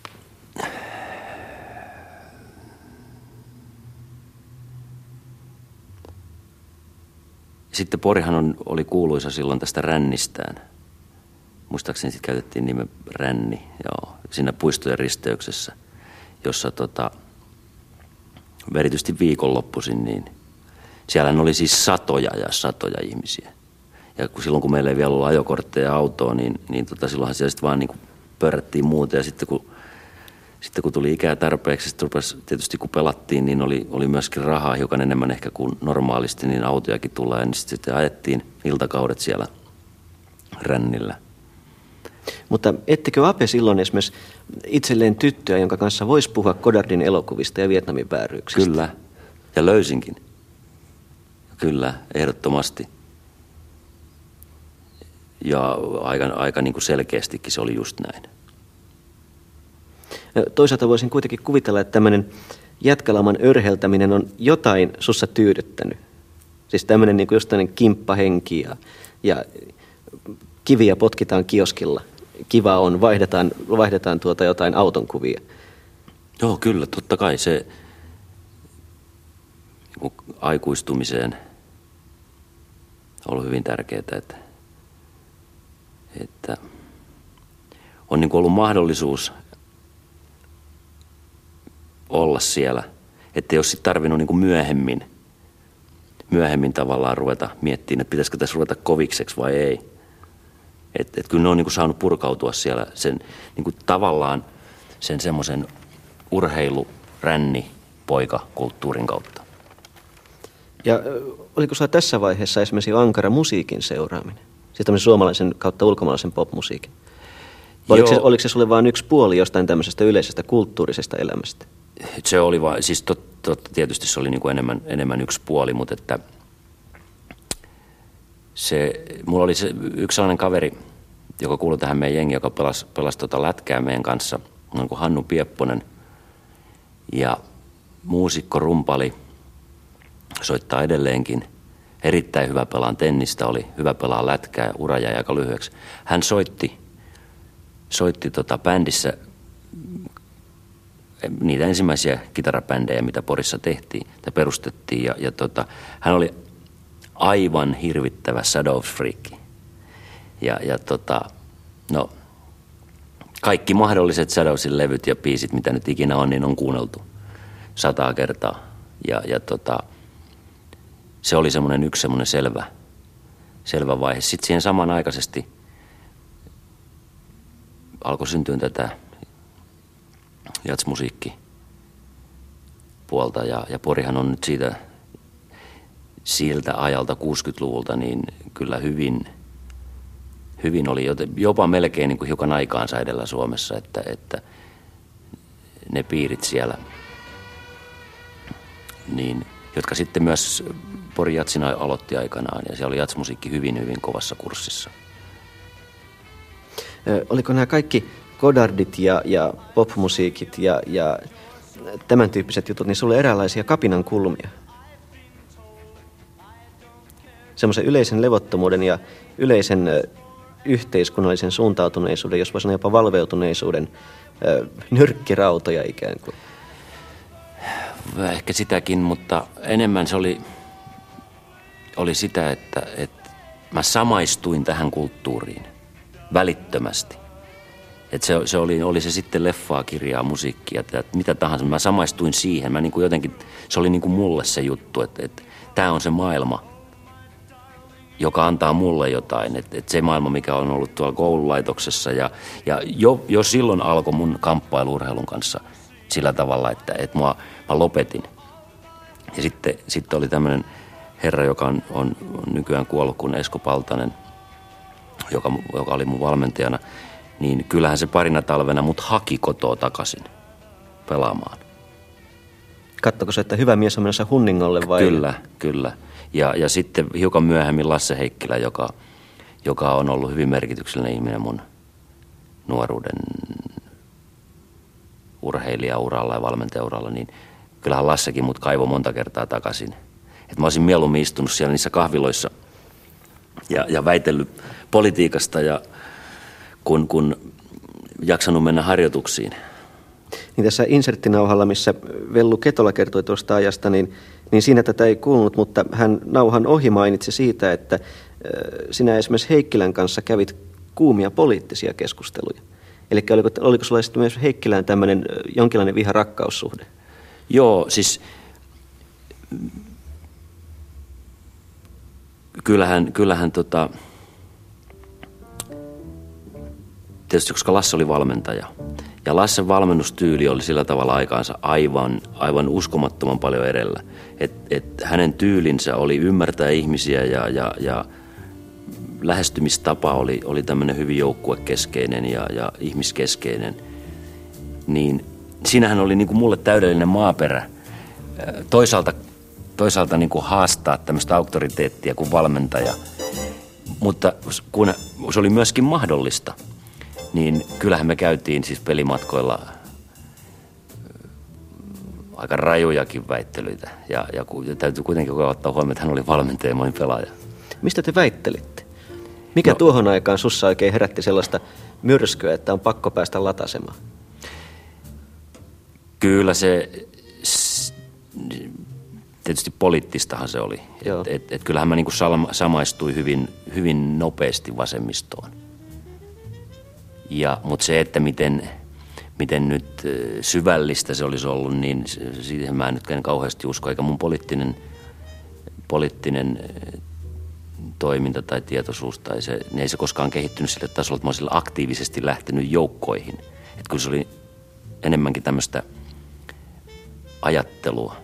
sitten Porihan on, oli kuuluisa silloin tästä rännistään. Muistaakseni sitten käytettiin nimen Ränni, joo, siinä puistojen risteyksessä, jossa tota, erityisesti viikonloppuisin, niin siellä oli siis satoja ja satoja ihmisiä. Ja kun silloin, kun meillä ei vielä ollut ajokortteja ja autoa, niin, niin tota, silloinhan siellä sitten vaan niin kuin pörrättiin muuta. Ja sitten kun, sitten kun tuli ikää tarpeeksi, sitten rupesi, tietysti kun pelattiin, niin oli, oli myöskin rahaa hiukan enemmän ehkä kuin normaalisti, niin autojakin tulee. Ja niin sitten, sitten ajettiin iltakaudet siellä Rännillä. Mutta ettekö Ape silloin esimerkiksi itselleen tyttöä, jonka kanssa voisi puhua Godardin elokuvista ja Vietnamin vääryyksistä? Kyllä, ja löysinkin. Kyllä, ehdottomasti. Ja aika, aika niin kuin selkeästikin se oli just näin. Toisaalta voisin kuitenkin kuvitella, että tämmöinen jätkälauman örheltäminen on jotain sussa tyydyttänyt? Siis tämmöinen niin kuin just tämmöinen kimppahenki ja, ja kiviä potkitaan kioskilla. Kiva on, vaihdetaan, vaihdetaan tuota jotain auton kuvia. Joo, kyllä, totta kai se niin aikuistumiseen on ollut hyvin tärkeää, että, että on niin ollut mahdollisuus olla siellä, ettei ole sitten tarvinnut niin myöhemmin, myöhemmin tavallaan ruveta miettimään, että pitäisikö tässä ruveta kovikseksi vai ei. Että et kyllä ne on niin saanut purkautua siellä sen niin tavallaan sen semmoisen urheiluränni-poikakulttuurin kautta. Ja oliko sulla tässä vaiheessa esimerkiksi ankara musiikin seuraaminen? Siis tämmöisen suomalaisen kautta ulkomaalaisen popmusiikin? Oliko se, oliko se sulle vain yksi puoli jostain tämmöisestä yleisestä kulttuurisesta elämästä? Se oli vaan, siis totta tot, tietysti se oli niin kuin enemmän, enemmän yksi puoli, mutta että se, mulla oli se yksi sellainen kaveri, joka kuului tähän meidän jengi, joka pelasi, pelasi tota lätkää meidän kanssa, on kuin Hannu Piepponen. Ja muusikko, rumpali, soittaa edelleenkin. Erittäin hyvä pelaan tennistä, oli hyvä pelaa lätkää, ura jäi aika lyhyeksi. Hän soitti, soitti tota bändissä niitä ensimmäisiä kitarapändejä, mitä Porissa tehtiin tai perustettiin. Ja, ja tota, hän oli aivan hirvittävä Shadows-friikki. Ja, ja tota, no, kaikki mahdolliset Shadowsin levyt ja biisit, mitä nyt ikinä on, niin on kuunneltu sataa kertaa. Ja, ja tota, se oli semmoinen yksi semmoinen selvä, selvä vaihe. Sitten siihen samanaikaisesti alkoi syntyä tätä jatsmusiikkipuolta. Ja, ja Porihan on nyt siitä, siltä ajalta kuusikymmentäluvulta niin kyllä hyvin, hyvin oli jopa melkein niin kuin hiukan aikaansa edellä Suomessa, että, että ne piirit siellä, niin, jotka sitten myös Porin jatsin aloitti aikanaan, ja siellä oli jatsmusiikki hyvin, hyvin kovassa kurssissa. Ö, oliko nämä kaikki godardit ja, ja popmusiikit ja, ja tämän tyyppiset jutut, niin sulla oli eräänlaisia kapinan kulmia? Semmoisen yleisen levottomuuden ja yleisen ö, yhteiskunnallisen suuntautuneisuuden, jos voi sanoa jopa valveutuneisuuden ö, nyrkkirautoja ikään kuin. Ehkä sitäkin, mutta enemmän se oli, oli sitä, että, että mä samaistuin tähän kulttuuriin välittömästi. Että se, se oli, oli se sitten leffaa, kirjaa, musiikkia, että mitä tahansa. Mä samaistuin siihen. Mä niin kuin jotenkin, se oli niin kuin mulle se juttu, että, että tämä on se maailma, joka antaa mulle jotain. Että, että se maailma, mikä on ollut tuolla koululaitoksessa. Ja, ja jo, jo silloin alkoi mun kamppailu urheilun kanssa sillä tavalla, että, että mua, mä lopetin. Ja sitten, sitten oli tämmöinen herra, joka on, on nykyään kuollut, kuin Esko Paltanen, joka, joka oli mun valmentajana. Niin kyllähän se parina talvena mut haki kotoa takaisin pelaamaan. Kattoko se, että hyvä mies on menossa Hunningolle vai? Kyllä, kyllä. Ja, ja sitten hiukan myöhemmin Lasse Heikkilä, joka, joka on ollut hyvin merkityksellinen ihminen mun nuoruuden urheilijauralla ja valmentajauralla, niin kyllähän Lassekin mut kaivoi monta kertaa takaisin. Et mä olisin mieluummin istunut siellä niissä kahviloissa ja, ja väitellyt politiikasta ja kun, kun jaksanut mennä harjoituksiin. Niin tässä inserttinauhalla, missä Vellu Ketola kertoi tuosta ajasta, niin, niin siinä tätä ei kuulunut, mutta hän nauhan ohi mainitsi siitä, että sinä esimerkiksi Heikkilän kanssa kävit kuumia poliittisia keskusteluja. Eli oliko, oliko sulla sitten myös Heikkilään tämmöinen jonkinlainen viha-rakkaussuhde? Joo, siis kyllähän, kyllähän tota, tietysti koska Lasse oli valmentaja. Ja Lassen valmennustyyli oli sillä tavalla aikaansa aivan, aivan uskomattoman paljon edellä. Että et hänen tyylinsä oli ymmärtää ihmisiä ja, ja, ja lähestymistapa oli, oli tämmöinen hyvin joukkuekeskeinen ja, ja ihmiskeskeinen. Niin siinähän oli niin kuin mulle täydellinen maaperä. Toisaalta, toisaalta niin kuin haastaa tämmöistä auktoriteettia kuin valmentaja. Mutta kun se oli myöskin mahdollista, niin kyllähän me käytiin siis pelimatkoilla aika rajujakin väittelyitä. Ja, ja, ja täytyy kuitenkin ottaa huomioon, että hän oli valmentaja ja monin pelaaja. Mistä te väittelitte? Mikä no, tuohon aikaan sussa oikein herätti sellaista myrskyä, että on pakko päästä latasemaan? Kyllä se, tietysti poliittistahan se oli. Et, et, et kyllähän mä niinku samaistuin hyvin, hyvin nopeasti vasemmistoon. Ja, mutta se, että miten, miten nyt syvällistä se olisi ollut, niin siihen mä en nyt en kauheasti usko. Eikä mun poliittinen, poliittinen toiminta tai tietoisuus, tai se, niin ei se koskaan kehittynyt sille tasolle, että mä olisin aktiivisesti lähtenyt joukkoihin. Että kyllä se oli enemmänkin tämmöistä ajattelua.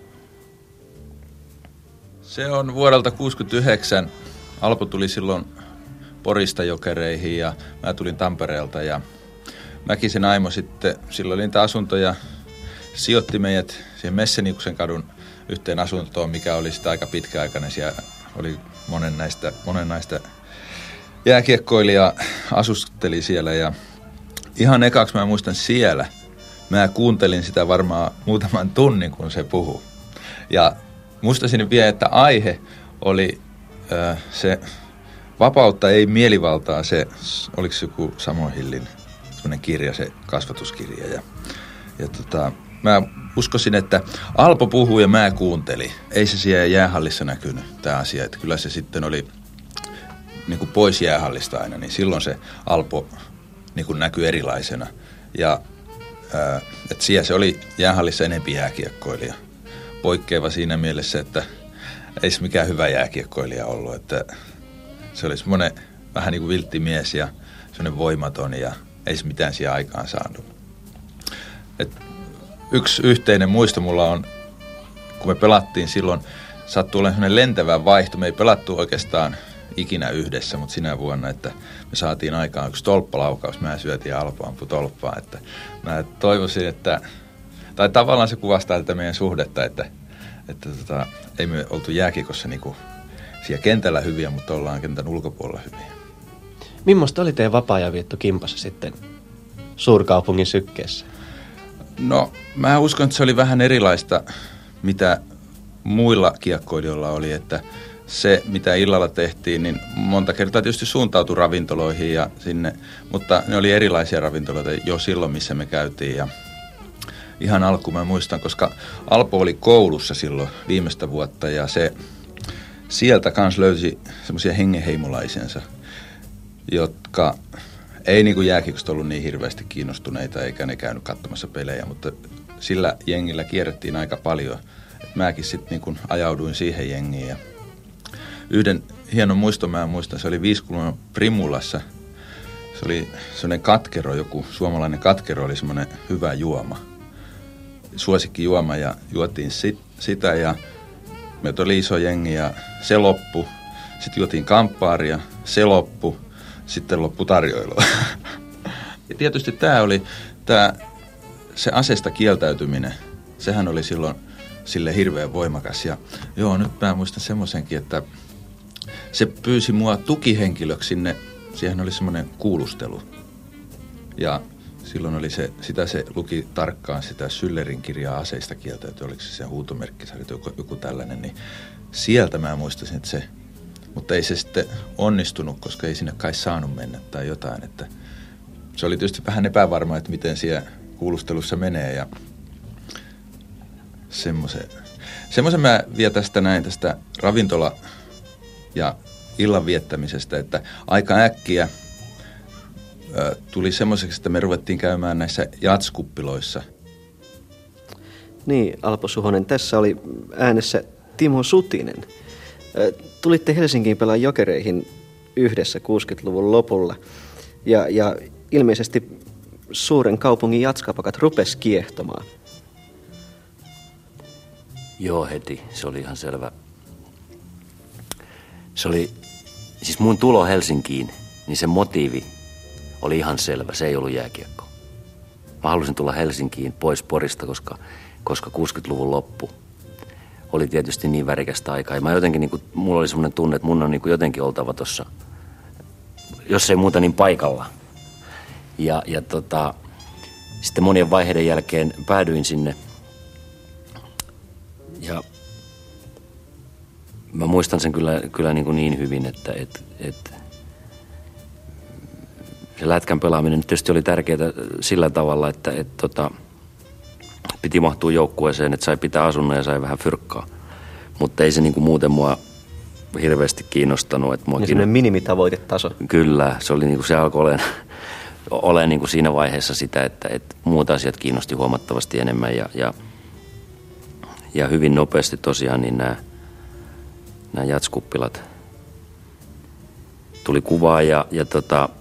Se on vuodelta kuusikymmentäyhdeksän. Alpo tuli silloin Porista Jokereihin ja mä tulin Tampereelta ja Mäkisen Aimo sitten, silloin oli niitä asuntoja, sijoitti meidät siihen Messeniksen kadun yhteen asuntoon, mikä oli sitä aika pitkäaikainen. Siellä oli monen näistä, monen näistä jääkiekkoilija asusteli siellä ja ihan ekaksi mä muistan siellä, mä kuuntelin sitä varmaan muutaman tunnin, kun se puhui. Ja muistaisin vielä, että aihe oli äh, se vapautta, ei mielivaltaa, se, oliko se joku Samuel Hillin semmoinen kirja, se kasvatuskirja. Ja, ja tota, mä uskoisin, että Alpo puhui ja mä kuuntelin. Ei se siellä jäähallissa näkynyt tämä asia, että kyllä se sitten oli niin kuin pois jäähallista aina, niin silloin se Alpo niin kuin näkyi erilaisena. Ja ää, että siellä se oli jäähallissa enempi jääkiekkoilija. Poikkeava siinä mielessä, että ei se mikään hyvä jääkiekkoilija ollut, että se oli semmoinen vähän niin kuin viltti mies ja semmoinen voimaton ja ei se mitään siihen aikaan saanut. Et yksi yhteinen muisto mulla on, kun me pelattiin silloin, sattui olemaan semmoinen lentävä vaihto. Me ei pelattu oikeastaan ikinä yhdessä, mutta sinä vuonna, että me saatiin aikaan yksi tolppalaukaus. Mä syötiin ja Alpo ampui tolppaa. Että mä toivoisin, että, tai tavallaan se kuvastaa tätä meidän suhdetta, että, että tota, ei me oltu jääkiekossa niinku siellä kentällä hyviä, mutta ollaan kentän ulkopuolella hyviä. Millaista oli teidän vapaa-ajanvietto kimpassa sitten suurkaupungin sykkeessä? No, mä uskon, että se oli vähän erilaista, mitä muilla kiekkoilijoilla oli, että se, mitä illalla tehtiin, niin monta kertaa tietysti suuntautui ravintoloihin ja sinne, mutta ne oli erilaisia ravintoloita jo silloin, missä me käytiin. Ja ihan alkuun mä muistan, koska Alpo oli koulussa silloin viimeistä vuotta ja se sieltä kans löysi semmoisia hengenheimolaisensa, jotka ei niin kuin jääkiekosta ollut niin hirveästi kiinnostuneita eikä ne käynyt katsomassa pelejä, mutta sillä jengillä kierrettiin aika paljon. Et mäkin sitten niin kuin ajauduin siihen jengiin ja yhden hienon muiston mä muistan, se oli Viiskulman Primulassa. Se oli semmoinen katkero, joku suomalainen katkero oli semmoinen hyvä juoma. Suosikkijuoma ja juotiin sit, sitä ja meitä oli iso jengi ja se loppu. Sitten juotiin kamppaaria, se loppu, sitten loppu tarjoilua. Ja tietysti tämä oli, tää, se aseesta kieltäytyminen, sehän oli silloin sille hirveän voimakas. Ja joo, nyt mä muistan semmoisenkin, että se pyysi mua tukihenkilöksi sinne, siihen oli semmoinen kuulustelu. Ja silloin oli se, sitä se luki tarkkaan sitä Schüllerin kirjaa aseista kieltäytyy, oliko se se huutomerkkisarja, joku, joku tällainen, niin sieltä mä muistasin, että se, mutta ei se sitten onnistunut, koska ei sinne kai saanut mennä tai jotain, että se oli tietysti vähän epävarma, että miten siellä kuulustelussa menee ja semmoisen, semmoisen mä vielä tästä näin, tästä ravintola- ja illan viettämisestä, että aika äkkiä ö, tuli semmoiseksi, että me ruvettiin käymään näissä jatskuppiloissa. Niin, Alpo Suhonen, tässä oli äänessä Timo Sutinen. Tulitte Helsinkiin pelaan Jokereihin yhdessä kuusikymmentäluvun lopulla ja, ja ilmeisesti suuren kaupungin jatskapakat rupesi kiehtomaan. Joo, heti. Se oli ihan selvä. Se oli, siis mun tulo Helsinkiin, niin se motiivi oli ihan selvä. Se ei ollut jääkiekko. Mä halusin tulla Helsinkiin pois Porista, koska, koska kuusikymmentäluvun loppu oli tietysti niin värikästä aikaa. Ja mä jotenkin, niin kuin, mulla oli semmoinen tunne, että mun on niin kuin jotenkin oltava tossa, jos ei muuta, niin paikalla. Ja, ja tota, sitten monien vaiheiden jälkeen päädyin sinne ja mä muistan sen kyllä, kyllä niin, kuin niin hyvin, että et, et, se lätkän pelaaminen tietysti oli tärkeää sillä tavalla, että et, tota, piti mahtua joukkueeseen, että sai pitää asunnon ja sai vähän fyrkkaa. Mutta ei se niin kuin muuten mua hirveästi kiinnostanut. Että mua ja semmoinen minimitavoitetaso. Kyllä, se, oli niin kuin, se alkoi olemaan ole niin kuin siinä vaiheessa sitä, että, että muut asiat kiinnosti huomattavasti enemmän. Ja, ja, ja hyvin nopeasti tosiaan niin nämä, nämä jatskuppilat tuli kuvaan ja, ja tota,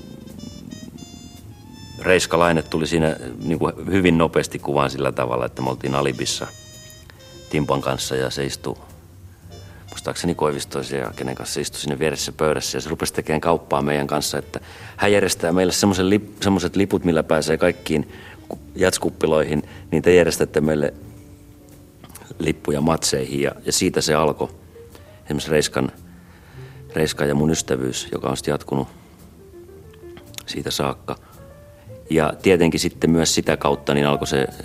Reiska Laine tuli siinä niin kuin hyvin nopeasti kuvaan sillä tavalla, että me oltiin Alibissa Timpan kanssa ja se istui, muistaakseni Koivistoisia ja kenen kanssa se istui sinne vieressä pöydässä ja se rupesi tekemään kauppaa meidän kanssa, että hän järjestää meille semmoiset liput, millä pääsee kaikkiin jatskuppiloihin, niin te järjestätte meille lippuja matseihin ja, ja siitä se alkoi. Esimerkiksi Reiskan, Reiskan ja mun ystävyys, joka on sitten jatkunut siitä saakka. Ja tietenkin sitten myös sitä kautta niin alkoi se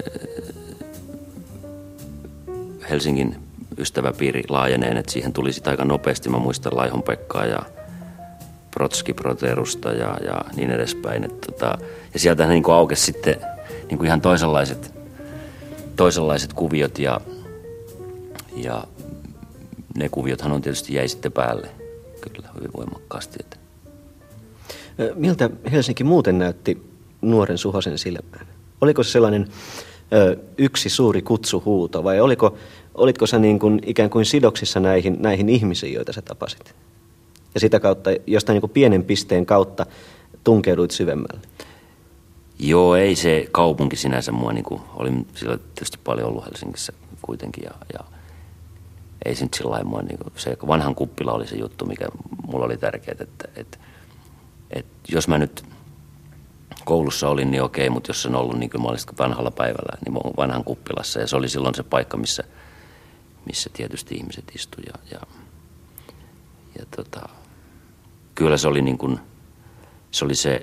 Helsingin ystäväpiiri laajeneen, että siihen tuli sitten aika nopeasti. Mä muistan Laihon Pekkaa ja Protski Proterusta ja, ja niin edespäin. Et tota, ja sieltähän niin aukesi sitten niin ihan toisenlaiset, toisenlaiset kuviot ja, ja ne kuviothan on tietysti jäi sitten päälle kyllä hyvin voimakkaasti. Että. Miltä Helsinki muuten näytti nuoren Suhosen silmään? Oliko se sellainen ö, yksi suuri kutsuhuuto vai oliko, olitko sä niin kuin ikään kuin sidoksissa näihin, näihin ihmisiin, joita sä tapasit? Ja sitä kautta, jostain niin kuin pienen pisteen kautta tunkeuduit syvemmälle? Joo, ei se kaupunki sinänsä mua, niin kuin, olin sillä tietysti paljon ollut Helsingissä kuitenkin ja, ja ei se nyt sillä lailla mua, niin kuin, se vanhan kuppila oli se juttu, mikä mulla oli tärkeää, että, että, että jos mä nyt koulussa olin, niin okei, mutta jos en ollut, niin kyllä mä olisin vanhalla päivällä, niin mä olin vanhan kuppilassa ja se oli silloin se paikka, missä, missä tietysti ihmiset istui ja, ja, ja tota, kyllä se oli niin kuin, se oli se,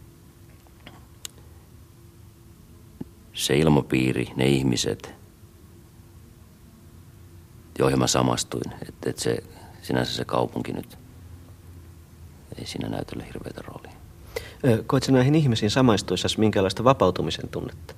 se ilmapiiri, ne ihmiset, joihin mä samastuin, että et se, sinänsä se kaupunki nyt ei siinä näytellä hirveätä roolia. Koit sä näihin ihmisiin samaistuissasi minkälaista vapautumisen tunnetta?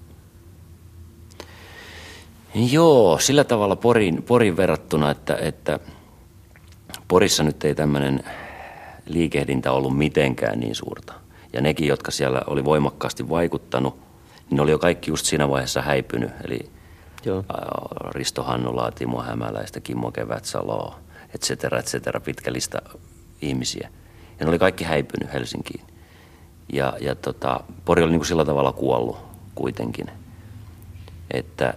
Joo, sillä tavalla Porin, Porin verrattuna, että, että Porissa nyt ei tämmöinen liikehdintä ollut mitenkään niin suurta. Ja nekin, jotka siellä oli voimakkaasti vaikuttanut, niin ne oli jo kaikki just siinä vaiheessa häipynyt. Eli Joo. Risto Hannulaa, Timo Hämäläistä, Kimmo Kevätsaloa, et cetera, et cetera, pitkä lista ihmisiä. Ja ne oli kaikki häipynyt Helsinkiin. Ja, ja tota, Pori oli niin kuin sillä tavalla kuollut kuitenkin, että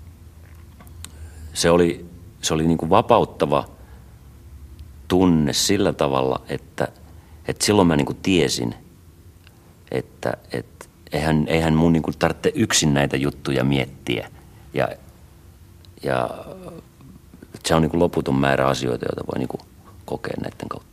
se oli, se oli niin kuin vapauttava tunne sillä tavalla, että, että silloin mä niin kuin tiesin, että, että eihän, eihän mun niin kuin tarvitse yksin näitä juttuja miettiä. Ja, ja se on niin kuin loputon määrä asioita, joita voi niin kuin kokea näiden kautta.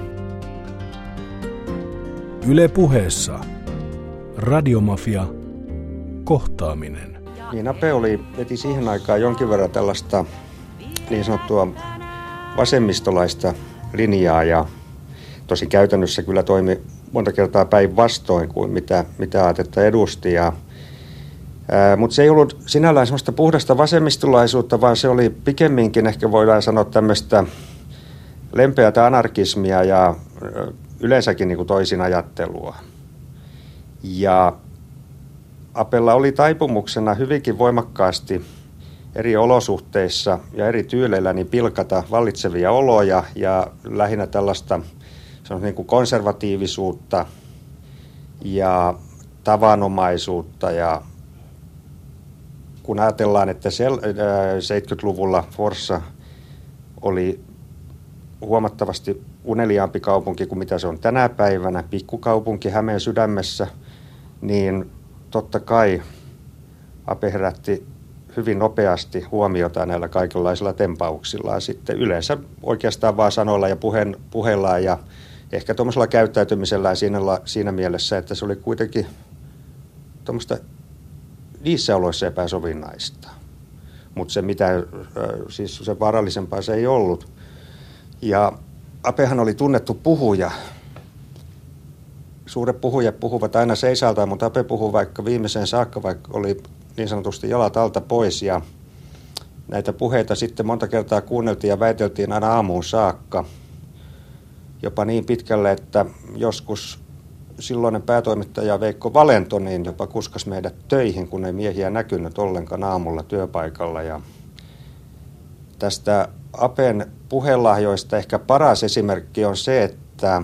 Yle Puheessa Radiomafia kohtaaminen. Niin Ape oli, veti siihen aikaan jonkin verran tällaista niin sanottua vasemmistolaista linjaa ja tosi käytännössä kyllä toimi monta kertaa päinvastoin kuin mitä, mitä aatetta edusti. Mutta se ei ollut sinällään semmoista puhdasta vasemmistolaisuutta, vaan se oli pikemminkin ehkä voidaan sanoa tämmöistä lempeätä anarkismia ja yleensäkin niin kuin toisin ajattelua. Ja Apella oli taipumuksena hyvinkin voimakkaasti eri olosuhteissa ja eri tyyleillä niin pilkata vallitsevia oloja ja lähinnä tällaista niin kuin konservatiivisuutta ja tavanomaisuutta. Ja kun ajatellaan, että seitsemänkymmentäluvulla Forssa oli huomattavasti uneliaampi kaupunki kuin mitä se on tänä päivänä, pikkukaupunki Hämeen sydämessä, niin totta kai Ape herätti hyvin nopeasti huomiota näillä kaikenlaisilla tempauksillaan sitten yleensä oikeastaan vaan sanoilla ja puheen, puheellaan ja ehkä tuommoisella käyttäytymisellään siinä, siinä mielessä, että se oli kuitenkin tuommoista niissä oloissa epäsovinnaista. mutta se mitään, siis se vaarallisempaa se ei ollut. Ja Apehan oli tunnettu puhuja. Suuret puhujat puhuvat aina seisaltaan, mutta Ape puhui vaikka viimeiseen saakka, vaikka oli niin sanotusti jalat alta pois. Ja näitä puheita sitten monta kertaa kuunneltiin ja väiteltiin aina aamuun saakka. Jopa niin pitkälle, että joskus silloinen päätoimittaja Veikko Valento niin jopa kuskasi meidät töihin, kun ei miehiä näkynyt ollenkaan aamulla työpaikalla. Ja tästä Apen puhelahjoista ehkä paras esimerkki on se, että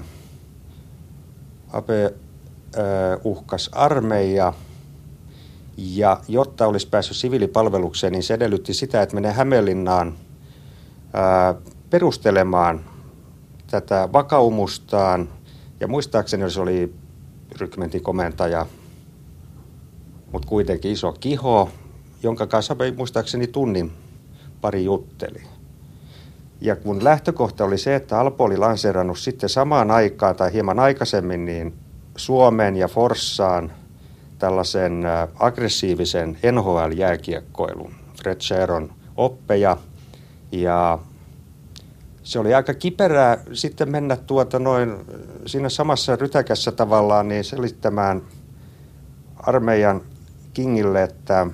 Ape uhkasi armeija, ja jotta olisi päässyt siviilipalvelukseen, niin se edellytti sitä, että menee Hämeenlinnaan ää, perustelemaan tätä vakaumustaan. Ja muistaakseni se oli rykmentin komentaja, mutta kuitenkin iso kiho, jonka kanssa muistaakseni tunnin pari jutteli. Ja kun lähtökohta oli se, että Alpo oli lanseerannut sitten samaan aikaan tai hieman aikaisemmin niin Suomeen ja Forssaan tällaisen aggressiivisen N H L-jääkiekkoilun, Fred Sheron oppeja, ja se oli aika kiperää sitten mennä tuota noin siinä samassa rytäkässä tavallaan niin selittämään armeijan kingille, että,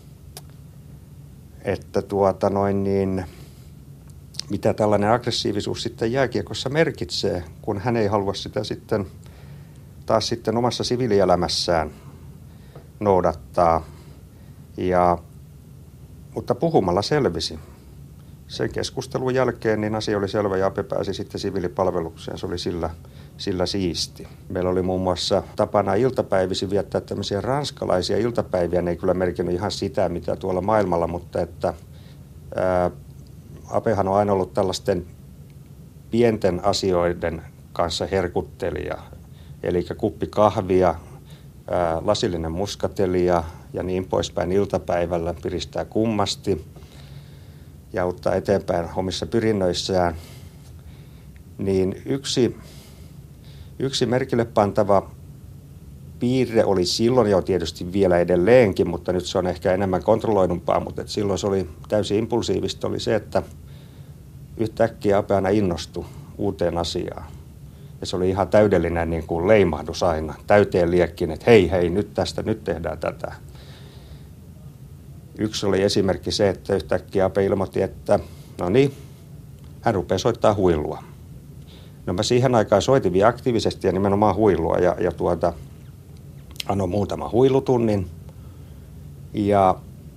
että tuota noin niin, mitä tällainen aggressiivisuus sitten jääkiekossa merkitsee, kun hän ei halua sitä sitten taas sitten omassa siviilielämässään noudattaa. Ja, mutta puhumalla selvisi. Sen keskustelun jälkeen niin asia oli selvä ja Ape pääsi sitten siviilipalvelukseen. Se oli sillä, sillä siisti. Meillä oli muun muassa tapana iltapäivisi viettää tämmöisiä ranskalaisia iltapäiviä. Ne ei kyllä merkinnyt ihan sitä, mitä tuolla maailmalla, mutta että ää, Apehan on aina ollut tällaisten pienten asioiden kanssa herkuttelija. Eli kuppi kahvia, ää, lasillinen muskatelia ja niin poispäin iltapäivällä piristää kummasti ja auttaa eteenpäin omissa pyrinnöissään. Niin yksi, yksi merkille pantava piirre oli silloin jo tietysti vielä edelleenkin, mutta nyt se on ehkä enemmän kontrolloidumpaa, mutta et silloin se oli täysin impulsiivista, oli se, että yhtäkkiä Ape aina innostui uuteen asiaan. Ja se oli ihan täydellinen niin kuin leimahdus aina, täyteen liekkiin, että hei hei, nyt tästä, nyt tehdään tätä. Yksi oli esimerkki se, että yhtäkkiä Ape ilmoitti, että no niin, hän rupeaa soittaa huilua. No mä siihen aikaan soitin vielä aktiivisesti ja nimenomaan huilua ja, ja tuota, annoin muutama huilutunnin. Ja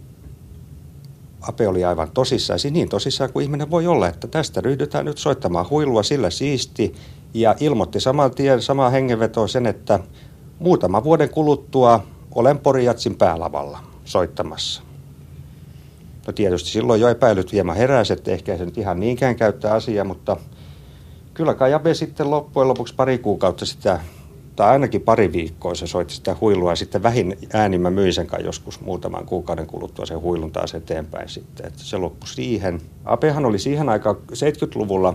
Ape oli aivan tosissaan, niin tosissaan kuin ihminen voi olla, että tästä ryhdytään nyt soittamaan huilua, sillä siisti. Ja ilmoitti saman tien, samaa hengenvetoa sen, että muutaman vuoden kuluttua olen Porijatsin päälavalla soittamassa. No tietysti silloin jo epäilyt hieman heräsi, että ehkä se nyt ihan niinkään käyttää asiaa, mutta kyllä kai Ape sitten loppujen lopuksi pari kuukautta sitä, tai ainakin pari viikkoa se soitti sitä huilua ja sitten vähin äänin mä myin sen kai joskus muutaman kuukauden kuluttua sen huilun taas eteenpäin sitten, että se loppui siihen. Apehan oli siihen aikaan seitsemänkymmentäluvulla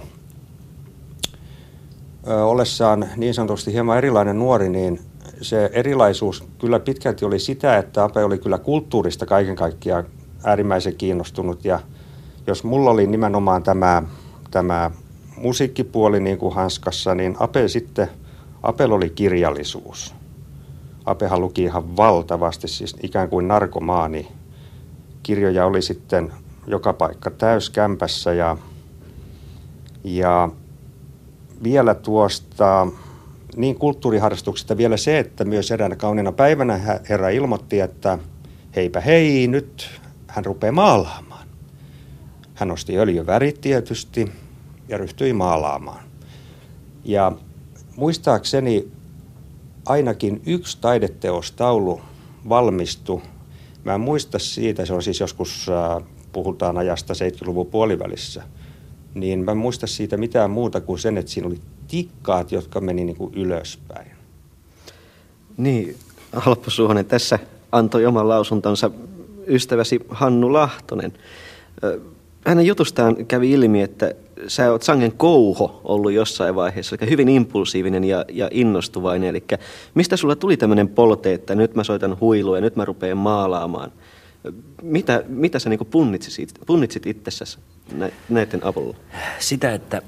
ö, ollessaan niin sanotusti hieman erilainen nuori, niin se erilaisuus kyllä pitkälti oli sitä, että Ape oli kyllä kulttuurista kaiken kaikkiaan äärimmäisen kiinnostunut ja jos mulla oli nimenomaan tämä, tämä musiikkipuoli niin kuin hanskassa, niin Ape sitten, Apella oli kirjallisuus. Apehan luki ihan valtavasti, siis ikään kuin narkomaani. Kirjoja oli sitten joka paikka täyskämpässä ja, ja vielä tuosta niin kulttuuriharrastuksesta vielä se, että myös eräänä kauniina päivänä herra ilmoitti, että heipä hei, nyt hän rupeaa maalaamaan. Hän osti öljyvärit tietysti ja ryhtyi maalaamaan. Ja muistaakseni ainakin yksi taideteostaulu valmistui. Mä en muista siitä, se on siis joskus, äh, puhutaan ajasta seitsemänkymmentäluvun puolivälissä, niin mä en muista siitä mitään muuta kuin sen, että siinä oli tikkaat, jotka meni niin kuin ylöspäin. Niin, Alpo Suhonen tässä antoi oman lausuntonsa ystäväsi Hannu Lahtonen. Hänen jutustaan kävi ilmi, että sä oot sangen kouho ollut jossain vaiheessa, eli hyvin impulsiivinen ja, ja innostuvainen. Eli mistä sulla tuli tämmöinen polte, että nyt mä soitan huilua ja nyt mä rupean maalaamaan? Mitä, mitä sä niin kuin punnitsit, punnitsit itsessäsi näiden avulla? Sitä, että,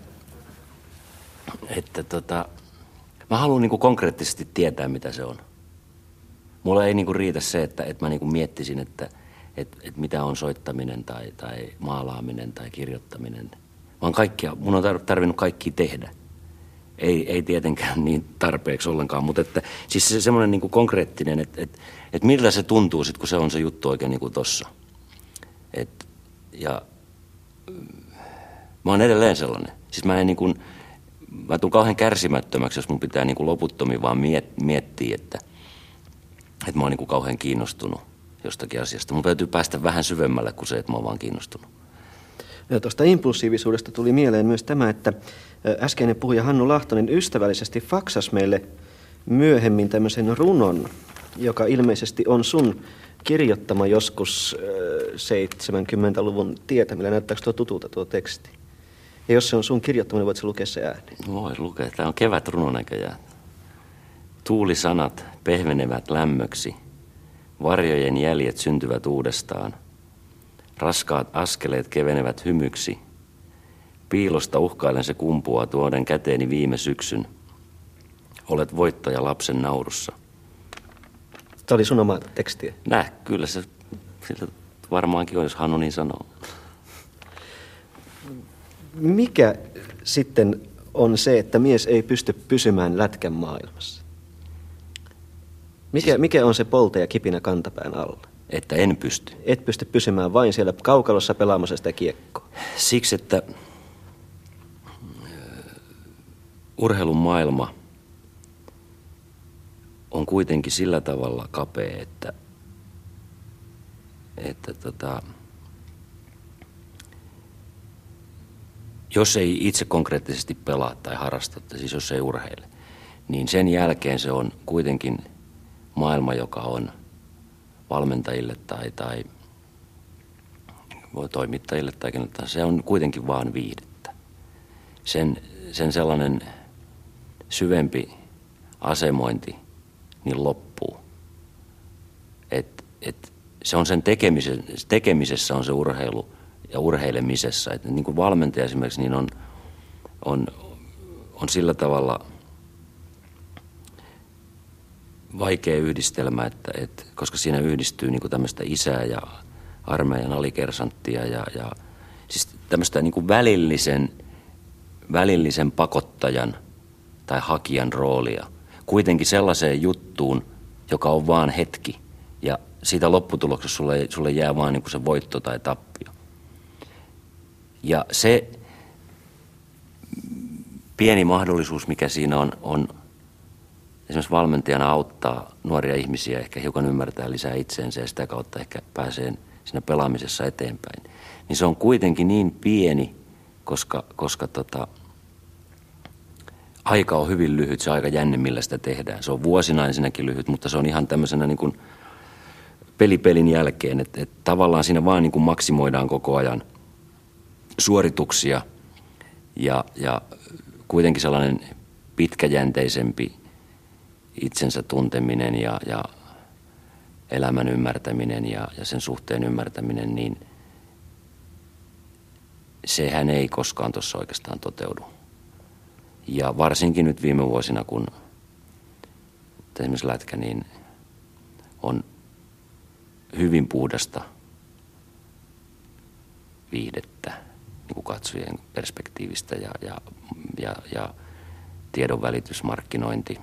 että tota, mä haluan niin kuin konkreettisesti tietää, mitä se on. Mulla ei niin kuin riitä se, että, että mä niin kuin miettisin, että, että, että mitä on soittaminen tai, tai maalaaminen tai kirjoittaminen. Vaan kaikkia, mun on tarvinnut kaikki tehdä. Ei, ei tietenkään niin tarpeeksi ollenkaan, mutta että, siis se semmoinen niin kuin konkreettinen, että, että, että miltä se tuntuu sitten, kun se on se juttu oikein niin kuin tossa. Et, ja mä oon edelleen sellainen. Siis mä en niin kuin, mä tuun kauhean kärsimättömäksi, jos mun pitää niin kuin loputtomiin vaan miet, miettiä, että, että mä oon niin kuin kauhean kiinnostunut jostakin asiasta. Mun täytyy päästä vähän syvemmälle kuin se, että mä oon vaan kiinnostunut. Ja tuosta impulsiivisuudesta tuli mieleen myös tämä, että äskeinen puhuja Hannu Lahtonen ystävällisesti faksasi meille myöhemmin tämmöisen runon, joka ilmeisesti on sun kirjoittama joskus seitsemänkymmentäluvun tietämillä. Näyttääkö tuo tutulta tuo teksti? Ja jos se on sun kirjoittama, niin voit sä lukea se ääneen? Vois lukea. Tämä on kevät runo näköjään. Tuulisanat pehmenevät lämmöksi. Varjojen jäljet syntyvät uudestaan. Raskaat askeleet kevenevät hymyksi. Piilosta uhkailen se kumpuaa tuoden käteeni viime syksyn. Olet voittaja lapsen naurussa. Tämä oli sun oma tekstiä. Näh, kyllä se siltä varmaankin on, jos Hannu niin sanoo. Mikä sitten on se, että mies ei pysty pysymään lätkän maailmassa? Mikä, siis, mikä on se polte ja kipinä kantapään alla? Että en pysty. Et pysty pysymään vain siellä kaukalossa pelaamassa sitä kiekkoa. Siksi, että urheilun maailma on kuitenkin sillä tavalla kapea, että, että tota, jos ei itse konkreettisesti pelaa tai harrasta, siis jos ei urheile, niin sen jälkeen se on kuitenkin maailma, joka on valmentajille tai, tai toimittajille tai keneltä, se on kuitenkin vaan viihdettä. Sen, sen sellainen syvempi asemointi niin loppuu. Et, et se on sen tekemisen, tekemisessä on se urheilu ja urheilemisessa. Et niin kuin valmentaja esimerkiksi niin on, on, on sillä tavalla vaikea yhdistelmä, että, että, koska siinä yhdistyy niin kuin tämmöistä isää ja armeijan alikersanttia ja, ja siis tämmöistä niin kuin välillisen, välillisen pakottajan tai hakijan roolia kuitenkin sellaiseen juttuun, joka on vaan hetki ja siitä lopputuloksessa sulle, sulle jää vaan niin kuin se voitto tai tappio. Ja se pieni mahdollisuus, mikä siinä on, on esimerkiksi valmentajana auttaa nuoria ihmisiä ehkä hiukan ymmärtää lisää itseensä ja sitä kautta ehkä pääsee siinä pelaamisessa eteenpäin. Niin se on kuitenkin niin pieni, koska, koska tota, aika on hyvin lyhyt, se aika jänne, millä sitä tehdään. Se on vuosina ensinnäkin lyhyt, mutta se on ihan tämmöisenä niin kuin pelipelin jälkeen, että, että tavallaan siinä vaan niin kuin maksimoidaan koko ajan suorituksia ja, ja kuitenkin sellainen pitkäjänteisempi itsensä tunteminen ja, ja elämän ymmärtäminen ja, ja sen suhteen ymmärtäminen, niin sehän ei koskaan tuossa oikeastaan toteudu. Ja varsinkin nyt viime vuosina, kun esimerkiksi lätkä, niin on hyvin puhdasta viihdettä niin kuin katsojien perspektiivistä ja, ja, ja, ja tiedonvälitysmarkkinointi.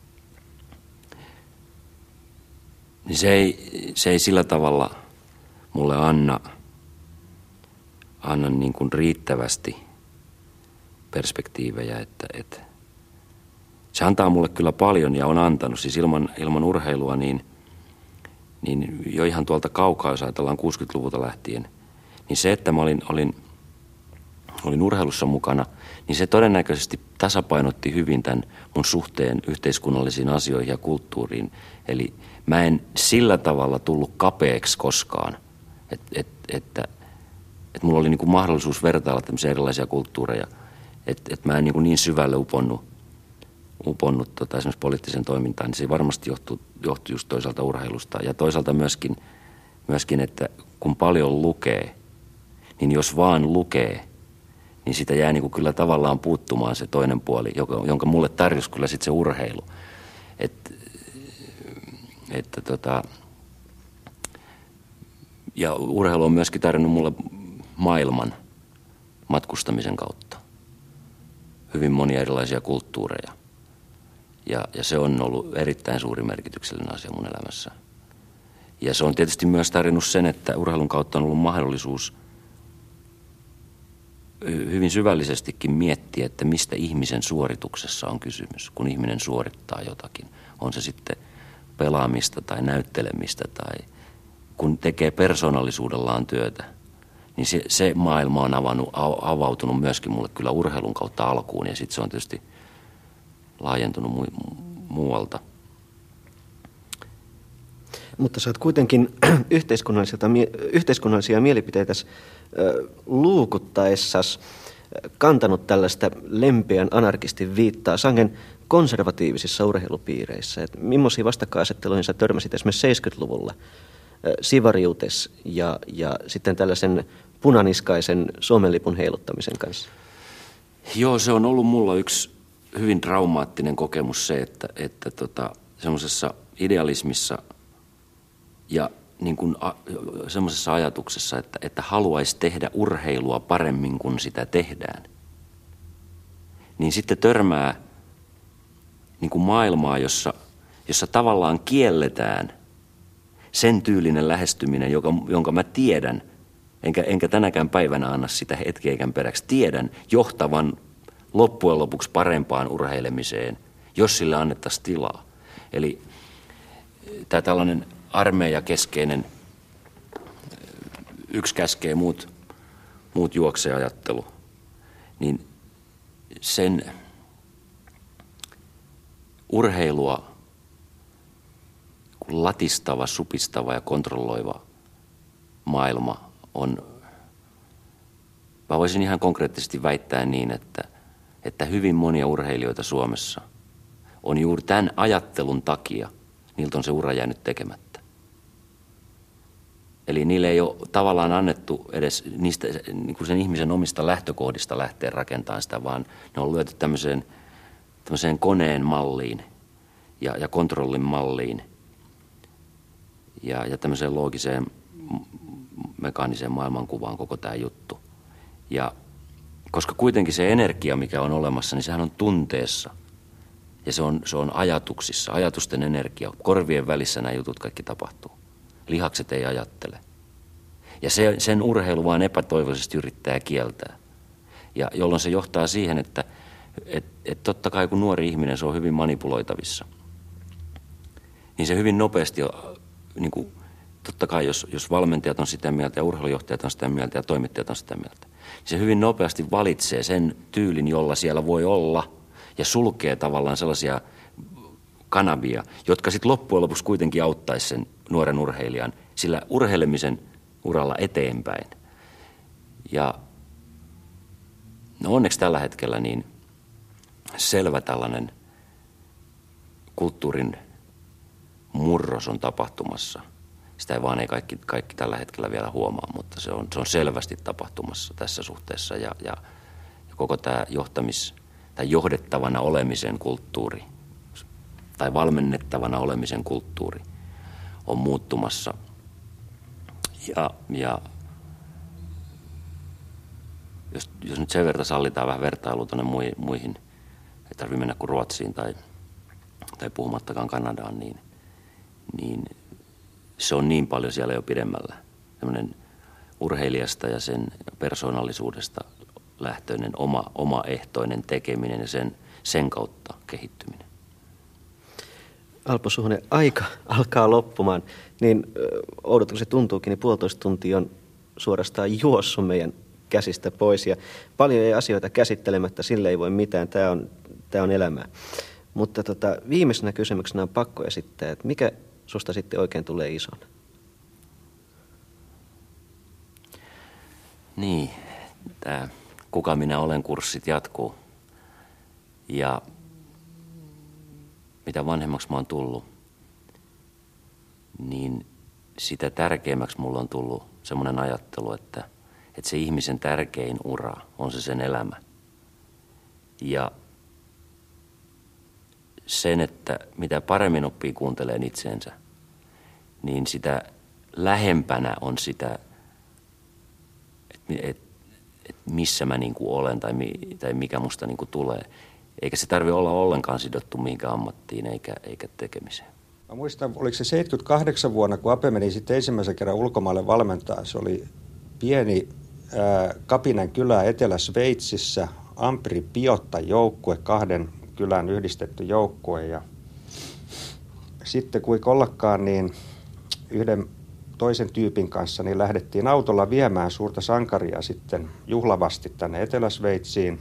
Niin se ei, se ei sillä tavalla mulle anna, anna niin kuin riittävästi perspektiivejä, että, että se antaa mulle kyllä paljon ja on antanut. Siis ilman, ilman urheilua, niin, niin jo ihan tuolta kaukaa, jos ajatellaan kuusikymmentäluvulta lähtien, niin se, että mä olin, olin, olin urheilussa mukana, niin se todennäköisesti tasapainotti hyvin tämän mun suhteen yhteiskunnallisiin asioihin ja kulttuuriin. Eli mä en sillä tavalla tullut kapeaksi koskaan, et, et, että, että mulla oli niinku mahdollisuus vertailla tämmöisiä erilaisia kulttuureja, että et mä en niinku niin syvälle uponnut, uponnut tota, esimerkiksi poliittiseen toimintaan, niin se varmasti johtuu, johtuu just toisaalta urheilusta ja toisaalta myöskin myöskin, että kun paljon lukee, niin jos vaan lukee, niin sitä jää niin kuin kyllä tavallaan puuttumaan se toinen puoli, joka, jonka mulle tarjosi kyllä sitten se urheilu. Et, että tota, ja urheilu on myöskin tarjonnut mulle maailman matkustamisen kautta. Hyvin monia erilaisia kulttuureja. Ja, ja se on ollut erittäin suuri merkityksellinen asia mun elämässä. Ja se on tietysti myös tarjonnut sen, että urheilun kautta on ollut mahdollisuus hyvin syvällisestikin miettiä, että mistä ihmisen suorituksessa on kysymys, kun ihminen suorittaa jotakin. On se sitten pelaamista tai näyttelemistä tai kun tekee persoonallisuudellaan työtä, niin se, se maailma on avannut, avautunut myöskin mulle kyllä urheilun kautta alkuun ja sitten se on tietysti laajentunut mu- muualta. Mutta sä oot kuitenkin yhteiskunnallisia mielipiteitä luukuttaessas kantanut tällaista lempeän anarkistin viittaa sangen konservatiivisissa urheilupiireissä. Et millaisia vastakkainasetteluihin sä törmäsit esimerkiksi seitsemänkymmentäluvulla sivariutes ja, ja sitten tällaisen punaniskaisen Suomen lipun heiluttamisen kanssa? Joo, se on ollut mulla yksi hyvin traumaattinen kokemus se, että, että tota, semmoisessa idealismissa ja niin kuin a, semmoisessa ajatuksessa, että, että haluaisi tehdä urheilua paremmin kuin sitä tehdään, niin sitten törmää niin kuin maailmaa, jossa, jossa tavallaan kielletään sen tyylinen lähestyminen, joka, jonka mä tiedän, enkä, enkä tänäkään päivänä anna sitä hetkeäkään peräksi, tiedän johtavan loppujen lopuksi parempaan urheilemiseen, jos sille annettaisiin tilaa. Eli tämä tällainen armeijakeskeinen yksi käskee muut, muut juoksee ajattelu, niin sen urheilua latistava, supistava ja kontrolloiva maailma on, mä voisin ihan konkreettisesti väittää niin, että, että hyvin monia urheilijoita Suomessa on juuri tämän ajattelun takia, niiltä on se ura jäänyt tekemättä. Eli niille ei ole tavallaan annettu edes niistä, niin kuin sen ihmisen omista lähtökohdista lähteä rakentamaan sitä, vaan ne on lyöty tämmöiseen, tämmöiseen koneen malliin ja, ja kontrollin malliin ja, ja tämmöiseen loogiseen mekaaniseen maailmankuvaan koko tämä juttu. Ja koska kuitenkin se energia, mikä on olemassa, niin sehän on tunteessa ja se on, se on ajatuksissa, ajatusten energia. Korvien välissä nämä jutut kaikki tapahtuu. Lihakset ei ajattele. Ja se, sen urheilu vaan epätoivoisesti yrittää kieltää. Ja jolloin se johtaa siihen, että et, et totta kai kun nuori ihminen se on hyvin manipuloitavissa, niin se hyvin nopeasti, niin kuin, totta kai jos, jos valmentajat on sitä mieltä ja urheilujohtajat on sitä mieltä ja toimittajat on sitä mieltä, niin se hyvin nopeasti valitsee sen tyylin, jolla siellä voi olla ja sulkee tavallaan sellaisia kanavia, jotka sitten loppujen lopuksi kuitenkin auttaisi sen nuoren urheilijan sillä urheilemisen uralla eteenpäin. Ja no onneksi tällä hetkellä niin selvä tällainen kulttuurin murros on tapahtumassa. Sitä ei vaan ei kaikki, kaikki tällä hetkellä vielä huomaa, mutta se on, se on selvästi tapahtumassa tässä suhteessa. Ja, ja, ja koko tämä johtamis- tai johdettavana olemisen kulttuuri tai valmennettavana olemisen kulttuuri on muuttumassa. Ja, ja jos, jos nyt sen verran sallitaan vähän vertailua tuonne muihin, ei tarvitse mennä kuin Ruotsiin tai, tai puhumattakaan Kanadaan, niin, niin se on niin paljon siellä jo pidemmällä. Sellainen urheilijasta ja sen persoonallisuudesta lähtöinen oma, omaehtoinen tekeminen ja sen, sen kautta kehittyminen. Alpo Suhonen, aika alkaa loppumaan, niin oudolta kun se tuntuukin, niin puolitoista tuntia on suorastaan juossut meidän käsistä pois ja paljon ei asioita käsittelemättä, sille ei voi mitään, tämä on, tämä on elämää. Mutta tota, viimeisenä kysymyksenä on pakko esittää, että mikä susta sitten oikein tulee isona? Niin, tämä Kuka minä olen -kurssit jatkuu ja mitä vanhemmaksi mä oon tullut, niin sitä tärkeämmäksi mulla on tullut semmoinen ajattelu, että, että se ihmisen tärkein ura on se sen elämä. Ja sen, että mitä paremmin oppii kuuntelemaan itseensä, niin sitä lähempänä on sitä, että et, et missä mä niinku olen tai, mi, tai mikä musta niinku tulee. Eikä se tarvitse olla ollenkaan sidottu mihinkään ammattiin eikä, eikä tekemiseen. Mä muistan, oliko se seitsemänkymmentäkahdeksan vuonna, kun Ape meni sitten ensimmäisen kerran ulkomaille valmentaa. Se oli pieni ää, Kapinan kylä Etelä-Sveitsissä, Ampri Piotta joukkue, kahden kylän yhdistetty joukkue. Ja sitten kuinka ollakaan, niin yhden toisen tyypin kanssa niin lähdettiin autolla viemään suurta sankaria sitten juhlavasti tänne Etelä-Sveitsiin.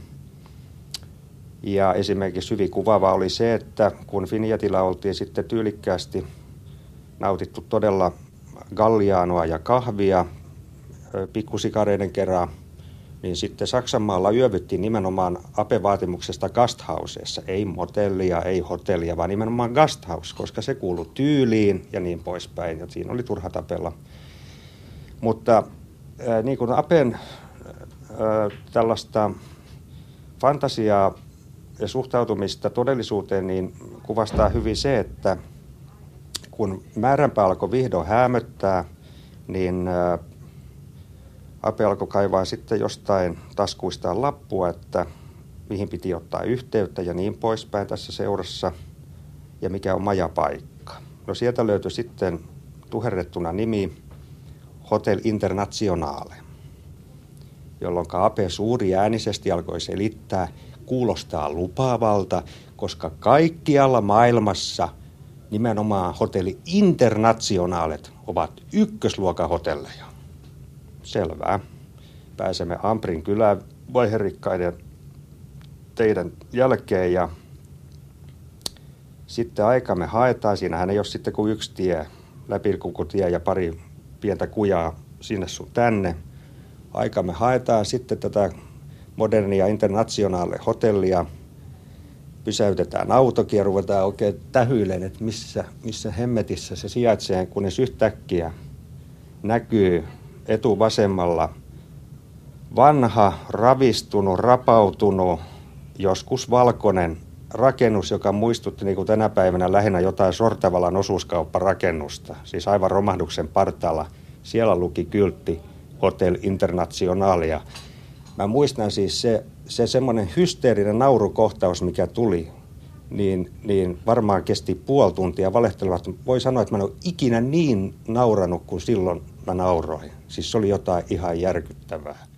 Ja esimerkiksi hyvin kuvaava oli se, että kun Finiatilla oltiin sitten tyylikkäästi nautittu todella galliaanoa ja kahvia pikkusikareiden kerran, niin sitten Saksanmaalla yövyttiin nimenomaan Ape-vaatimuksesta gasthouseessa. Ei motellia, ei hotellia, vaan nimenomaan gasthouse, koska se kuului tyyliin ja niin poispäin. Ja siinä oli turha tapella. Mutta äh, niin kuin Apen äh, tällaista fantasiaa ja suhtautumista todellisuuteen, niin kuvastaa hyvin se, että kun määränpää alkoi vihdoin häämöttää, niin äh, Ape alkoi kaivaa sitten jostain taskuistaan lappua, että mihin piti ottaa yhteyttä ja niin poispäin tässä seurassa ja mikä on majapaikka. No sieltä löytyi sitten tuherrettuna nimi Hotel Internationale, jolloin Ape suuri äänisesti alkoi selittää, kuulostaa lupaavalta, koska kaikkialla maailmassa nimenomaan hotelli Internationalet ovat ykkösluokan hotelleja. Selvää. Pääsemme Amprin kylään vaiherikkaiden teidän jälkeen ja sitten aika me haetaan. Siinähän ei ole sitten kuin yksi tie, läpilkukutie ja pari pientä kujaa sinne sun tänne. Aika me haetaan sitten tätä modernia Internationale hotellia. Pysäytetään autokin ja ruvetaan oikein tähyilemään, että missä, missä hemmetissä se sijaitsee, kunnes yhtäkkiä näkyy etuvasemmalla vanha, ravistunut, rapautunut, joskus valkoinen rakennus, joka muistutti niin kuin tänä päivänä lähinnä jotain Sortavalan osuuskaupparakennusta. Siis aivan romahduksen partaalla. Siellä luki kyltti Hotel Internationalia. Mä muistan siis se, se semmoinen hysteerinen naurukohtaus, mikä tuli, niin, niin varmaan kesti puoli tuntia valehtelevat. Voi sanoa, että mä en ole ikinä niin nauranut kuin silloin mä nauroin. Siis se oli jotain ihan järkyttävää.